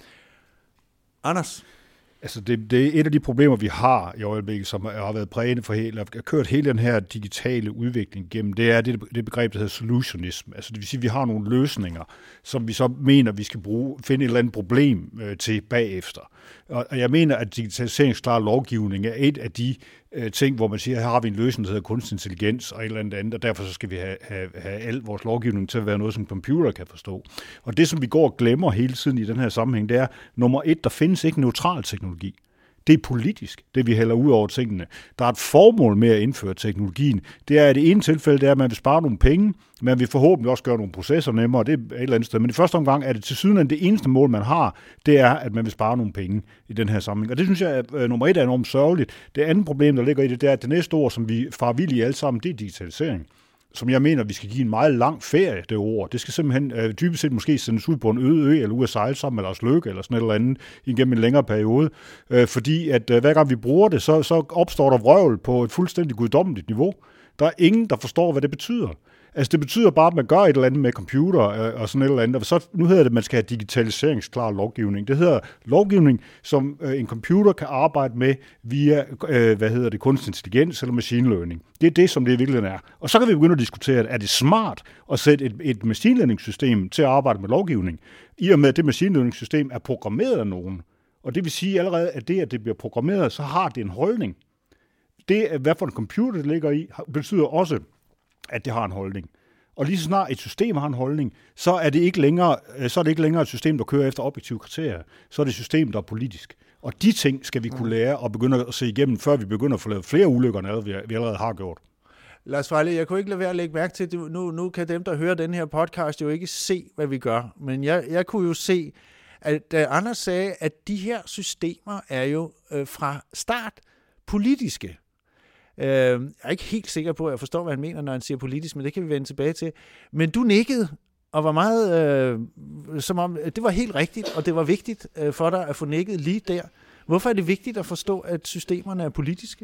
Anders? Altså det, det er et af de problemer, vi har i øjeblikket, som har været prægende for hele, har kørt hele den her digitale udvikling gennem, det er det, det begreb, der hedder solutionism. Altså det vil sige, at vi har nogle løsninger, som vi så mener, vi skal bruge, finde et eller andet problem øh, til bagefter. Og, og jeg mener, at digitaliseringsklar lovgivning er et af de øh, ting, hvor man siger, her har vi en løsning, der hedder kunstig intelligens og et eller andet andet, og derfor så skal vi have, have, have al vores lovgivning til at være noget, som computer kan forstå. Og det, som vi går og glemmer hele tiden i den her sammenhæng, det er, nummer et, der findes ikke neutral teknologi. Det er politisk, det vi hælder ud over tingene. Der er et formål med at indføre teknologien. Det er, at det ene tilfælde, det er, at man vil spare nogle penge, men vi forhåbentlig også gøre nogle processer nemmere, det er et eller andet sted. Men i første omgang er det til syden det eneste mål, man har, det er, at man vil spare nogle penge i den her sammenhæng. Og det synes jeg, at uh, nummer et er enormt sørgeligt. Det andet problem, der ligger i det, det er, at det næste ord, som vi farer vildt i alle sammen, det er digitalisering. Som jeg mener, vi skal give en meget lang ferie, det ord. Det skal simpelthen øh, dybest set måske sendes ud på en øde ø, eller ud at sejle sammen med Lars Løkke, eller sådan et eller andet, igennem en længere periode. Øh, fordi at øh, hver gang vi bruger det, så, så opstår der vrøvl på et fuldstændig guddommeligt niveau. Der er ingen, der forstår, hvad det betyder. Altså det betyder bare, at man gør et eller andet med computer øh, og sådan et eller andet. Og så, nu hedder det, at man skal have digitaliseringsklar lovgivning. Det hedder lovgivning, som øh, en computer kan arbejde med via, øh, hvad hedder det, kunstig intelligens eller machine learning. Det er det, som det i virkeligheden er. Og så kan vi begynde at diskutere, er det smart at sætte et, et machine learning system til at arbejde med lovgivning, i og med, at det machine learning system er programmeret af nogen. Og det vil sige allerede, at det, at det bliver programmeret, så har det en holdning. Det, hvad for en computer det ligger i, betyder også, at det har en holdning. Og lige så snart et system har en holdning, så er det ikke længere, så er det ikke længere et system, der kører efter objektive kriterier. Så er det et system, der er politisk. Og de ting skal vi kunne lære og begynde at se igennem, før vi begynder at få lavet flere ulykker, end vi allerede har gjort. Lars Frejle, jeg kunne ikke lade være at lægge mærke til, nu, nu kan dem, der hører den her podcast, jo ikke se, hvad vi gør. Men jeg, jeg kunne jo se, at da Anders sagde, at de her systemer er jo øh, fra start politiske. Jeg er ikke helt sikker på, at jeg forstår, hvad han mener, når han siger politisk, men det kan vi vende tilbage til. Men du nikkede, og var meget, øh, som om det var helt rigtigt, og det var vigtigt øh, for dig at få nikket lige der. Hvorfor er det vigtigt at forstå, at systemerne er politiske?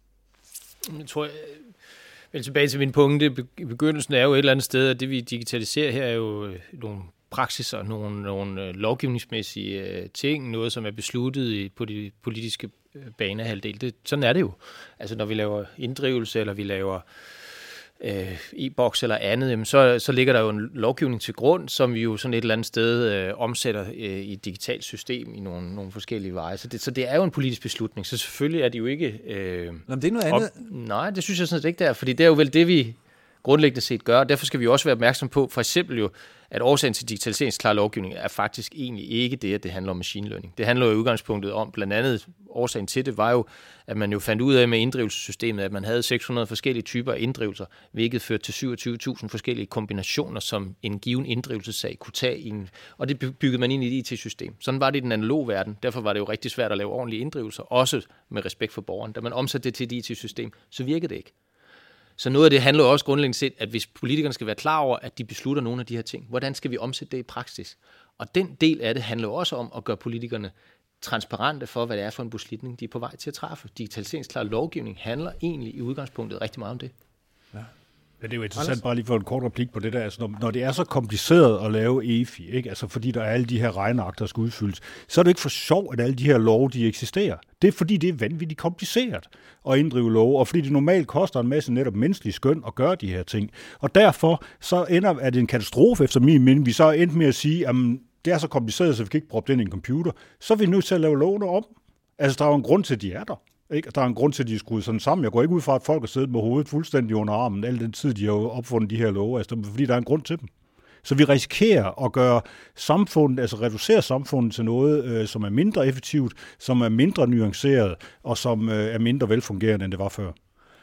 Jeg tror, jeg vel tilbage til min punkt, i begyndelsen er jo et eller andet sted, at det vi digitaliserer her er jo nogle praksiser, nogle, nogle lovgivningsmæssige ting, noget som er besluttet på de politiske banehalvdel. Det, sådan er det jo. Altså når vi laver inddrivelse, eller vi laver øh, e-boks eller andet, jamen, så, så ligger der jo en lovgivning til grund, som vi jo sådan et eller andet sted øh, omsætter øh, i et digitalt system i nogle, nogle forskellige veje. Så det, så det er jo en politisk beslutning. Så selvfølgelig er det jo ikke... Øh, Nå, men det er noget andet. Op, nej, det synes jeg sådan set ikke der, fordi det er jo vel det, vi grundlæggende set gøre. Derfor skal vi også være opmærksom på, for eksempel jo, at årsagen til digitaliseringsklar lovgivning er faktisk egentlig ikke det, at det handler om machine learning. Det handler jo i udgangspunktet om, blandt andet årsagen til det var jo, at man jo fandt ud af med inddrivelsessystemet, at man havde seks hundrede forskellige typer af inddrivelser, hvilket førte til syvogtyve tusind forskellige kombinationer, som en given inddrivelsessag kunne tage i en, og det byggede man ind i et I T-system. Sådan var det i den analoge verden. Derfor var det jo rigtig svært at lave ordentlige inddrivelser, også med respekt for borgeren. Da man omsatte det til et I T-system, så virkede det ikke. Så noget af det handler også grundlæggende set, at hvis politikerne skal være klar over, at de beslutter nogle af de her ting, hvordan skal vi omsætte det i praksis? Og den del af det handler også om at gøre politikerne transparente for, hvad det er for en beslutning, de er på vej til at træffe. Digitaliseringsklar lovgivning handler egentlig i udgangspunktet rigtig meget om det. Ja. Ja, det er jo interessant bare lige for en kort replik på det der. Altså, når, når det er så kompliceret at lave E F I, ikke? Altså, fordi der er alle de her regneark, der skal udfyldes, så er det ikke for sjov, at alle de her love, de eksisterer. Det er fordi, det er vanvittigt kompliceret at inddrive love, og fordi det normalt koster en masse netop menneskelig skøn at gøre de her ting. Og derfor så ender, er det en katastrofe efter min mening. Vi så er endt med at sige, at det er så kompliceret, så vi kan ikke proppe det ind i en computer. Så er vi nødt til at lave lovene om. Altså, der er jo en grund til, at de er der. Ikke? Der er en grund til, at de er skruet sådan sammen. Jeg går ikke ud fra, at folk har siddet med hovedet fuldstændig under armen al den tid, de har opfundet de her love, altså, fordi der er en grund til dem. Så vi risikerer at gøre samfundet, altså reducere samfundet til noget, øh, som er mindre effektivt, som er mindre nuanceret, og som øh, er mindre velfungerende, end det var før.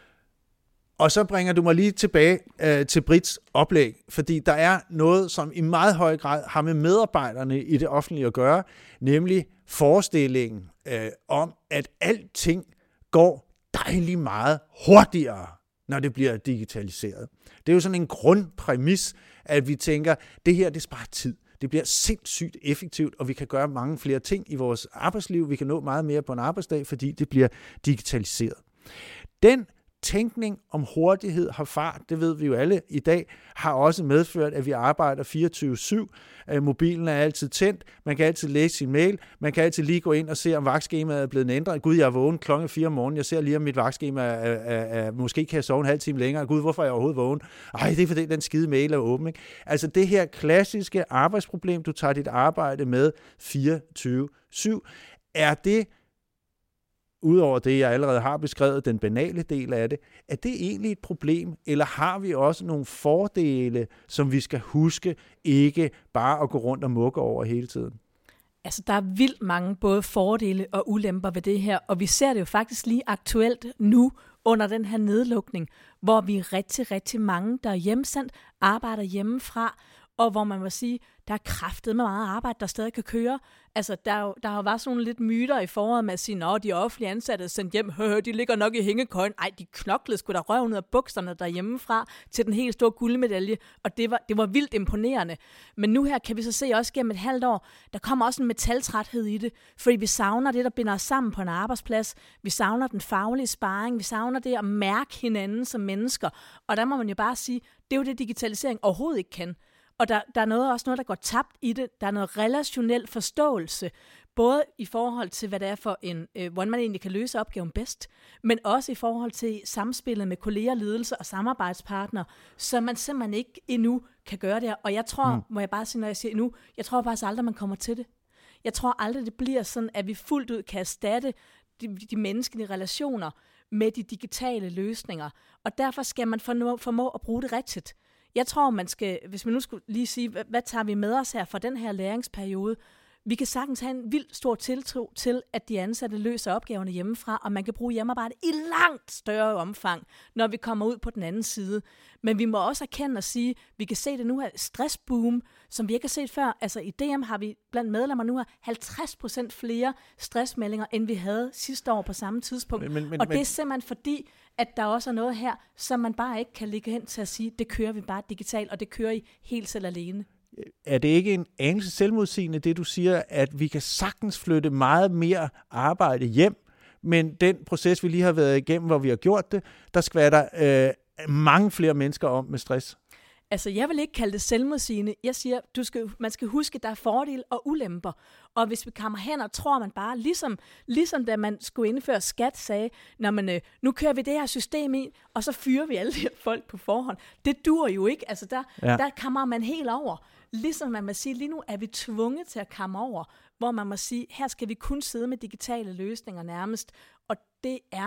Og så bringer du mig lige tilbage øh, til Brits oplæg, fordi der er noget, som i meget høj grad har med medarbejderne i det offentlige at gøre, nemlig forestillingen øh, om, at alting går dejligt meget hurtigere, når det bliver digitaliseret. Det er jo sådan en grundpræmis, at vi tænker, det her, det sparer tid. Det bliver sindssygt effektivt, og vi kan gøre mange flere ting i vores arbejdsliv. Vi kan nå meget mere på en arbejdsdag, fordi det bliver digitaliseret. Den tænkning om hurtighed har fart, det ved vi jo alle i dag, har også medført, at vi arbejder fireogtyve syv. Mobilen er altid tændt, man kan altid læse sin mail, man kan altid lige gå ind og se, om vagtskemaet er blevet ændret. Gud, jeg er vågen klokken fire om morgenen, jeg ser lige, om mit vagtskema er, er, er, måske kan jeg sove en halv time længere. Gud, hvorfor er jeg overhovedet vågen? Ej, det er fordi, den skide mail er åben. Ikke? Altså det her klassiske arbejdsproblem, du tager dit arbejde med fireogtyve syv, er det, udover det, jeg allerede har beskrevet, den banale del af det, er det egentlig et problem, eller har vi også nogle fordele, som vi skal huske ikke bare at gå rundt og mukke over hele tiden? Altså, der er vildt mange både fordele og ulemper ved det her, og vi ser det jo faktisk lige aktuelt nu under den her nedlukning, hvor vi er rigtig, rigtig mange, der er hjemsendt, arbejder hjemmefra, og hvor man må sige, der er kraftet med meget arbejde, der stadig kan køre. Altså, der, er jo, der har jo været sådan nogle lidt myter i foråret med at sige, at de offentlige ansatte er sendt hjem, høhø, de ligger nok i hængekøjen. Ej, de knoklede sgu da røven ud af bukserne derhjemmefra til den helt store guldmedalje, og det var, det var vildt imponerende. Men nu her kan vi så se også gennem et halvt år, der kommer også en metaltræthed i det, fordi vi savner det, der binder os sammen på en arbejdsplads. Vi savner den faglige sparring, vi savner det at mærke hinanden som mennesker, og der må man jo bare sige, det er jo det, digitalisering overhovedet ikke kan. Og der, der er noget, også noget, der går tabt i det. Der er noget relationel forståelse, både i forhold til, hvad det er for en, øh, hvordan man egentlig kan løse opgaven bedst, men også i forhold til samspillet med kolleger, ledelse og samarbejdspartnere, så man simpelthen ikke endnu kan gøre det her. Og jeg tror, mm. må jeg bare sige, når jeg siger endnu, jeg tror faktisk aldrig, man kommer til det. Jeg tror aldrig, det bliver sådan, at vi fuldt ud kan erstatte de, de menneskelige relationer med de digitale løsninger. Og derfor skal man formå, formå at bruge det rigtigt. Jeg tror, man skal, hvis man nu skulle lige sige, hvad, hvad tager vi med os her fra den her læringsperiode? Vi kan sagtens have en vildt stor tiltro til, at de ansatte løser opgaverne hjemmefra, og man kan bruge hjemmearbejde i langt større omfang, når vi kommer ud på den anden side. Men vi må også erkende og sige, vi kan se det nu her stressboom, som vi ikke har set før. Altså i D M har vi blandt medlemmer nu her halvtreds procent flere stressmeldinger, end vi havde sidste år på samme tidspunkt. Men, men, men, og det er simpelthen fordi, at der også er noget her, som man bare ikke kan ligge hen til at sige, det kører vi bare digitalt, og det kører I helt selv alene. Er det ikke en anelse selvmodsigende, det du siger, at vi kan sagtens flytte meget mere arbejde hjem, men den proces, vi lige har været igennem, hvor vi har gjort det, der skvatter øh, mange flere mennesker om med stress? Altså, jeg vil ikke kalde det selvmodsigende. Jeg siger, du skal, man skal huske, at der er fordele og ulemper. Og hvis vi kommer hen og tror man bare, ligesom, ligesom da man skulle indføre skat, sagde, når man, øh, nu kører vi det her system i, og så fyrer vi alle de her folk på forhånd. Det dur jo ikke. Altså, der, ja. der kammer man helt over. Ligesom man må sige, lige nu er vi tvunget til at komme over, hvor man må sige, her skal vi kun sidde med digitale løsninger nærmest. Og det er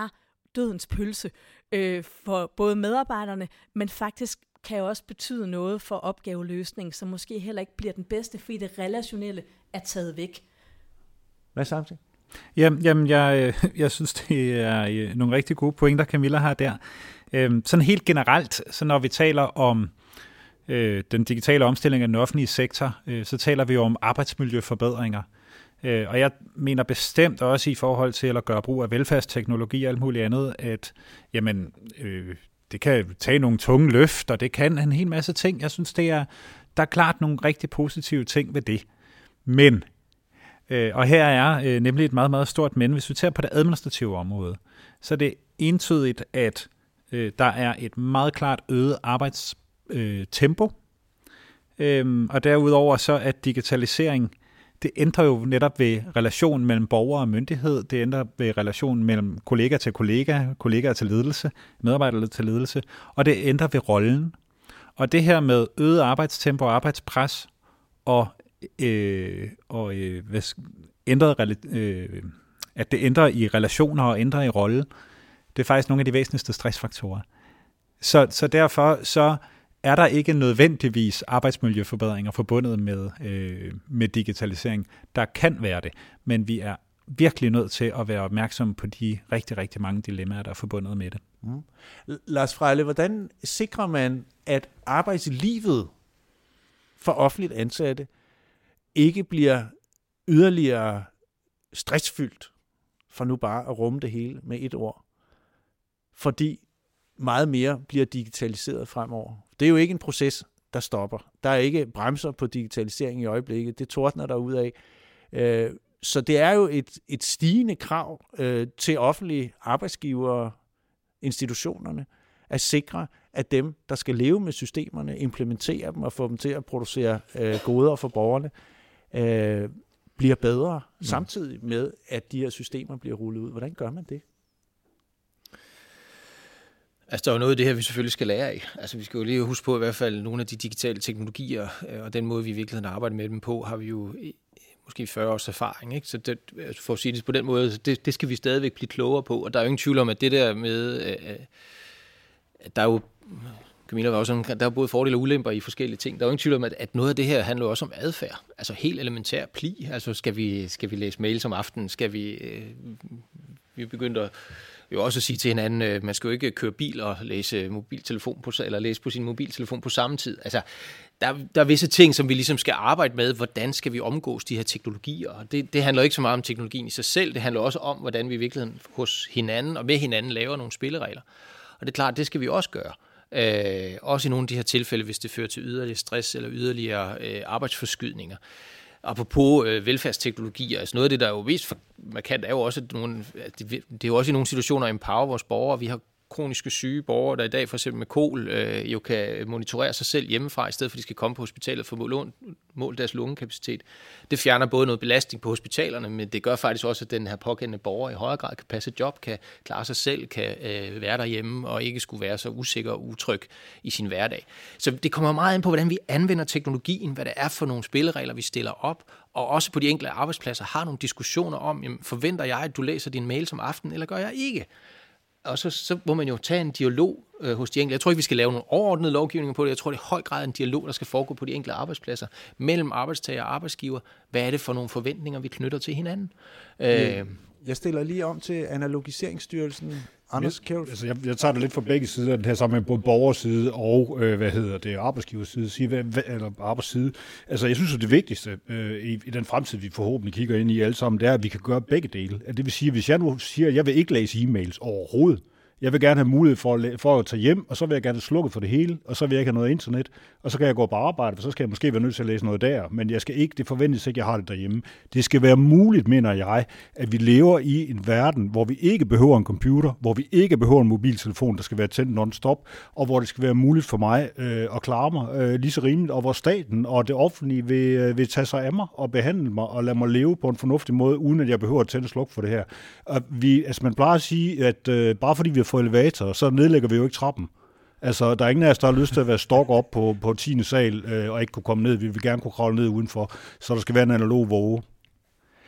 dødens pølse øh, for både medarbejderne, men faktisk kan jo også betyde noget for opgaveløsning, som måske heller ikke bliver den bedste, fordi det relationelle er taget væk. Hvad samtidig? Jamen, jamen jeg, jeg synes, det er nogle rigtig gode pointer, Camilla har der. Øhm, sådan helt generelt, så når vi taler om øh, den digitale omstilling af den offentlige sektor, øh, så taler vi jo om arbejdsmiljøforbedringer. Øh, og jeg mener bestemt også i forhold til at gøre brug af velfærdsteknologi og alt muligt andet, at jamen, øh, det kan tage nogle tunge løft, og det kan en hel masse ting. Jeg synes, det er, der er klart nogle rigtig positive ting ved det. Men, øh, og her er øh, nemlig et meget, meget stort men, hvis vi tager på det administrative område, så er det entydigt, at øh, der er et meget klart øget arbejdstempo, øh, og derudover så at digitalisering, det ændrer jo netop ved relationen mellem borger og myndighed, det ændrer ved relationen mellem kollega til kollega, kollegaer til ledelse, medarbejdere til ledelse, og det ændrer ved rollen. Og det her med øget arbejdstempo og arbejdspres, og, øh, og øh, ændret, øh, at det ændrer i relationer og ændrer i rolle, det er faktisk nogle af de væsentligste stressfaktorer. Så, så derfor så er der ikke nødvendigvis arbejdsmiljøforbedringer forbundet med, øh, med digitalisering. Der kan være det, men vi er virkelig nødt til at være opmærksomme på de rigtig, rigtig mange dilemmaer, der er forbundet med det. Mm. Lars Frejle, hvordan sikrer man, at arbejdslivet for offentligt ansatte ikke bliver yderligere stressfyldt, for nu bare at rumme det hele med et ord? Fordi meget mere bliver digitaliseret fremover. Det er jo ikke en proces, der stopper. Der er ikke bremser på digitalisering i øjeblikket. Det tordner der ud af. Så det er jo et, et stigende krav til offentlige arbejdsgivere, institutionerne, at sikre, at dem, der skal leve med systemerne, implementere dem og få dem til at producere goder for borgerne, bliver bedre, mm. samtidig med, at de her systemer bliver rullet ud. Hvordan gør man det? Altså, der er jo noget af det her, vi selvfølgelig skal lære af. Altså, vi skal jo lige huske på, i hvert fald nogle af de digitale teknologier, og den måde, vi i virkeligheden arbejder med dem på, har vi jo måske fyrre års erfaring, ikke? Så det, for at sige det på den måde, det, det skal vi stadigvæk blive klogere på. Og der er jo ingen tvivl om, at det der med, at der er jo, Camilla var også sådan, der er både fordele og ulemper i forskellige ting. Der er jo ingen tvivl om, at, at noget af det her handler også om adfærd. Altså helt elementær pli. Altså, skal vi, skal vi læse mails om aftenen? Skal vi, øh, vi er begyndt at jo også at sige til hinanden, øh, man skal jo ikke køre bil og læse mobiltelefon på, eller læse på sin mobiltelefon på samme tid. Altså, der, der er visse ting, som vi ligesom skal arbejde med. Hvordan skal vi omgås de her teknologier? Og det, det handler ikke så meget om teknologien i sig selv. Det handler også om, hvordan vi i virkeligheden hos hinanden og med hinanden laver nogle spilleregler. Og det er klart, det skal vi også gøre. Øh, også i nogle af de her tilfælde, hvis det fører til yderligere stress eller yderligere øh, arbejdsforskydninger. Apropos øh, velfærdsteknologier, altså noget af det, der er jo mest markant, er jo også, at nogle, at det, det er jo også i nogle situationer at empower vores borgere. Vi har kroniske syge borgere, der i dag for eksempel med kol øh, jo kan monitorere sig selv hjemmefra, i stedet for at de skal komme på hospitalet for at måle deres lungekapacitet. Det fjerner både noget belastning på hospitalerne, men det gør faktisk også, at den her pågældende borger i højere grad kan passe et job, kan klare sig selv, kan øh, være derhjemme og ikke skulle være så usikker og utryg i sin hverdag. Så det kommer meget ind på, hvordan vi anvender teknologien, hvad det er for nogle spilleregler, vi stiller op, og også på de enkelte arbejdspladser har nogle diskussioner om, jamen, forventer jeg, at du læser din mail om aftenen, eller gør jeg ikke? Og så, så må man jo tage en dialog øh, hos de enkelte. Jeg tror ikke, vi skal lave nogle overordnede lovgivninger på det. Jeg tror, det er i høj grad en dialog, der skal foregå på de enkelte arbejdspladser mellem arbejdstager og arbejdsgiver. Hvad er det for nogle forventninger, vi knytter til hinanden? Øh, Jeg stiller lige om til Analogiseringsstyrelsen. Anders Kjærulff. Altså, jeg, jeg tager det lidt fra begge sider, den her sammen med både borgerside og, øh, hvad hedder det, arbejdsgiverside, sige, hvad, hvad, eller arbejdsside. Altså, jeg synes, at det vigtigste øh, i, i den fremtid, vi forhåbentlig kigger ind i alle sammen, det er, at vi kan gøre begge dele. At det vil sige, at hvis jeg nu siger, at jeg vil ikke læse e-mails overhovedet, jeg vil gerne have mulighed for at, for at tage hjem, og så vil jeg gerne slukke for det hele, og så vil jeg ikke have noget internet, og så kan jeg gå på arbejde, for så skal jeg måske være nødt til at læse noget der, men jeg skal ikke, det forventes ikke, at jeg har det derhjemme. Det skal være muligt, mener jeg, at vi lever i en verden, hvor vi ikke behøver en computer, hvor vi ikke behøver en mobiltelefon, der skal være tændt non-stop, og hvor det skal være muligt for mig øh, at klare mig øh, lige så rimeligt, og hvor staten og det offentlige vil, øh, vil tage sig af mig og behandle mig og lade mig leve på en fornuftig måde, uden at jeg behøver at tænde og slukke for det her. Og vi, altså man plejer at sige, at øh, bare fordi vi har fået elevator, så nedlægger vi jo ikke trappen. Altså, der er ingen af os, der har lyst til at være stok op på, på tiende sal øh, og ikke kunne komme ned. Vi vil gerne kunne kravle ned udenfor, så der skal være en analog våge.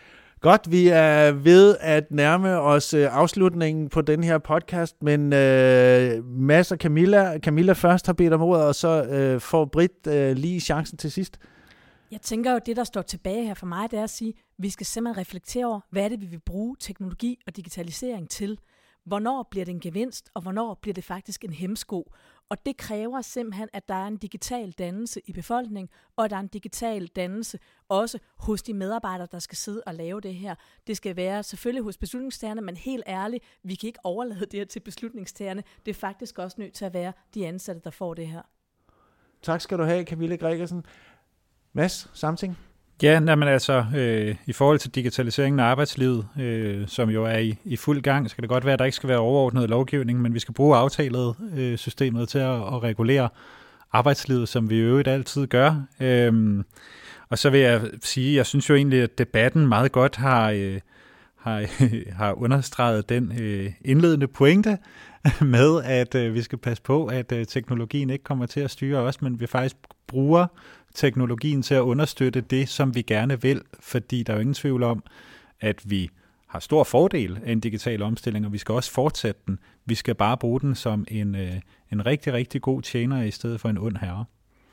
Godt, vi er ved at nærme os øh, afslutningen på den her podcast, men øh, Mads og Camilla, Camilla først har bedt om ordet, og så øh, får Britt øh, lige chancen til sidst. Jeg tænker jo, at det, der står tilbage her for mig, det er at sige, at vi skal simpelthen reflektere over, hvad er det, vi vil bruge teknologi og digitalisering til. Hvornår bliver det en gevinst, og hvornår bliver det faktisk en hæmsko? Og det kræver simpelthen, at der er en digital dannelse i befolkningen, og at der er en digital dannelse også hos de medarbejdere, der skal sidde og lave det her. Det skal være selvfølgelig hos beslutningstagerne, men helt ærligt, vi kan ikke overlade det her til beslutningstagerne. Det er faktisk også nødt til at være de ansatte, der får det her. Tak skal du have, Camilla Gregersen. Mads, samting? Ja, men altså, øh, i forhold til digitaliseringen af arbejdslivet, øh, som jo er i, i fuld gang, så kan det godt være, at der ikke skal være overordnet lovgivning, men vi skal bruge aftalesystemet øh, til at, at regulere arbejdslivet, som vi i øvrigt altid gør. Øh, og så vil jeg sige, jeg synes jo egentlig, at debatten meget godt har, øh, har, har understreget den øh, indledende pointe med, at øh, vi skal passe på, at øh, teknologien ikke kommer til at styre os, men vi faktisk bruger teknologien til at understøtte det, som vi gerne vil, fordi der er jo ingen tvivl om, at vi har stor fordel af en digital omstilling, og vi skal også fortsætte den. Vi skal bare bruge den som en, øh, en rigtig, rigtig god tjener i stedet for en ond herre.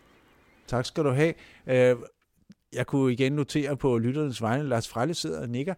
Tak skal du have. Jeg kunne igen notere på lytternes vegne, Lars Frelle sidder og nikker,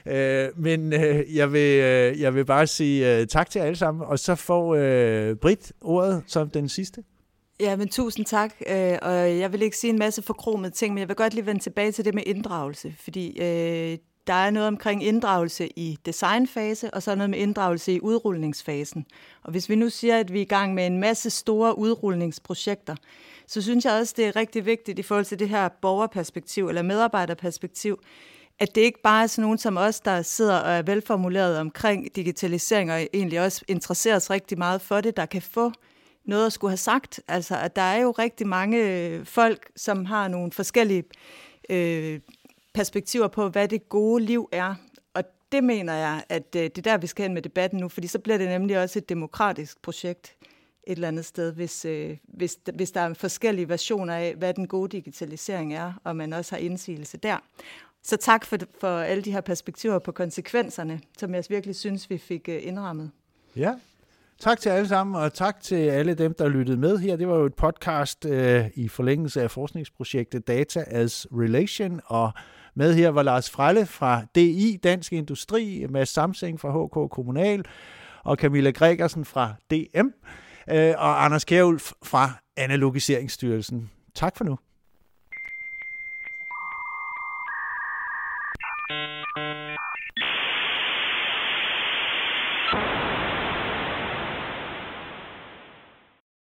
men jeg vil, jeg vil bare sige tak til alle sammen, og så får Britt ordet som den sidste. Ja, men tusind tak, og jeg vil ikke sige en masse forkromede ting, men jeg vil godt lige vende tilbage til det med inddragelse, fordi øh, der er noget omkring inddragelse i designfase, og så er noget med inddragelse i udrulningsfasen. Og hvis vi nu siger, at vi er i gang med en masse store udrulningsprojekter, så synes jeg også, det er rigtig vigtigt i forhold til det her borgerperspektiv eller medarbejderperspektiv, at det ikke bare er sådan nogen som os, der sidder og er velformuleret omkring digitalisering, og egentlig også interesserer os rigtig meget for det, der kan få noget at skulle have sagt. Altså, at der er jo rigtig mange folk, som har nogle forskellige øh, perspektiver på, hvad det gode liv er. Og det mener jeg, at det er der, vi skal hen med debatten nu, fordi så bliver det nemlig også et demokratisk projekt et eller andet sted, hvis, øh, hvis, hvis der er forskellige versioner af, hvad den gode digitalisering er, og man også har indsigelse der. Så tak for, for alle de her perspektiver på konsekvenserne, som jeg virkelig synes, vi fik øh, indrammet. Ja. Tak til alle sammen, og tak til alle dem, der lyttede med her. Det var jo et podcast øh, i forlængelse af forskningsprojektet Data as Relation, og med her var Lars Frelle fra D I, Dansk Industri, Mads Samsing fra H K Kommunal, og Camilla Gregersen fra D M, øh, og Anders Kjærulf fra Analogiseringsstyrelsen. Tak for nu.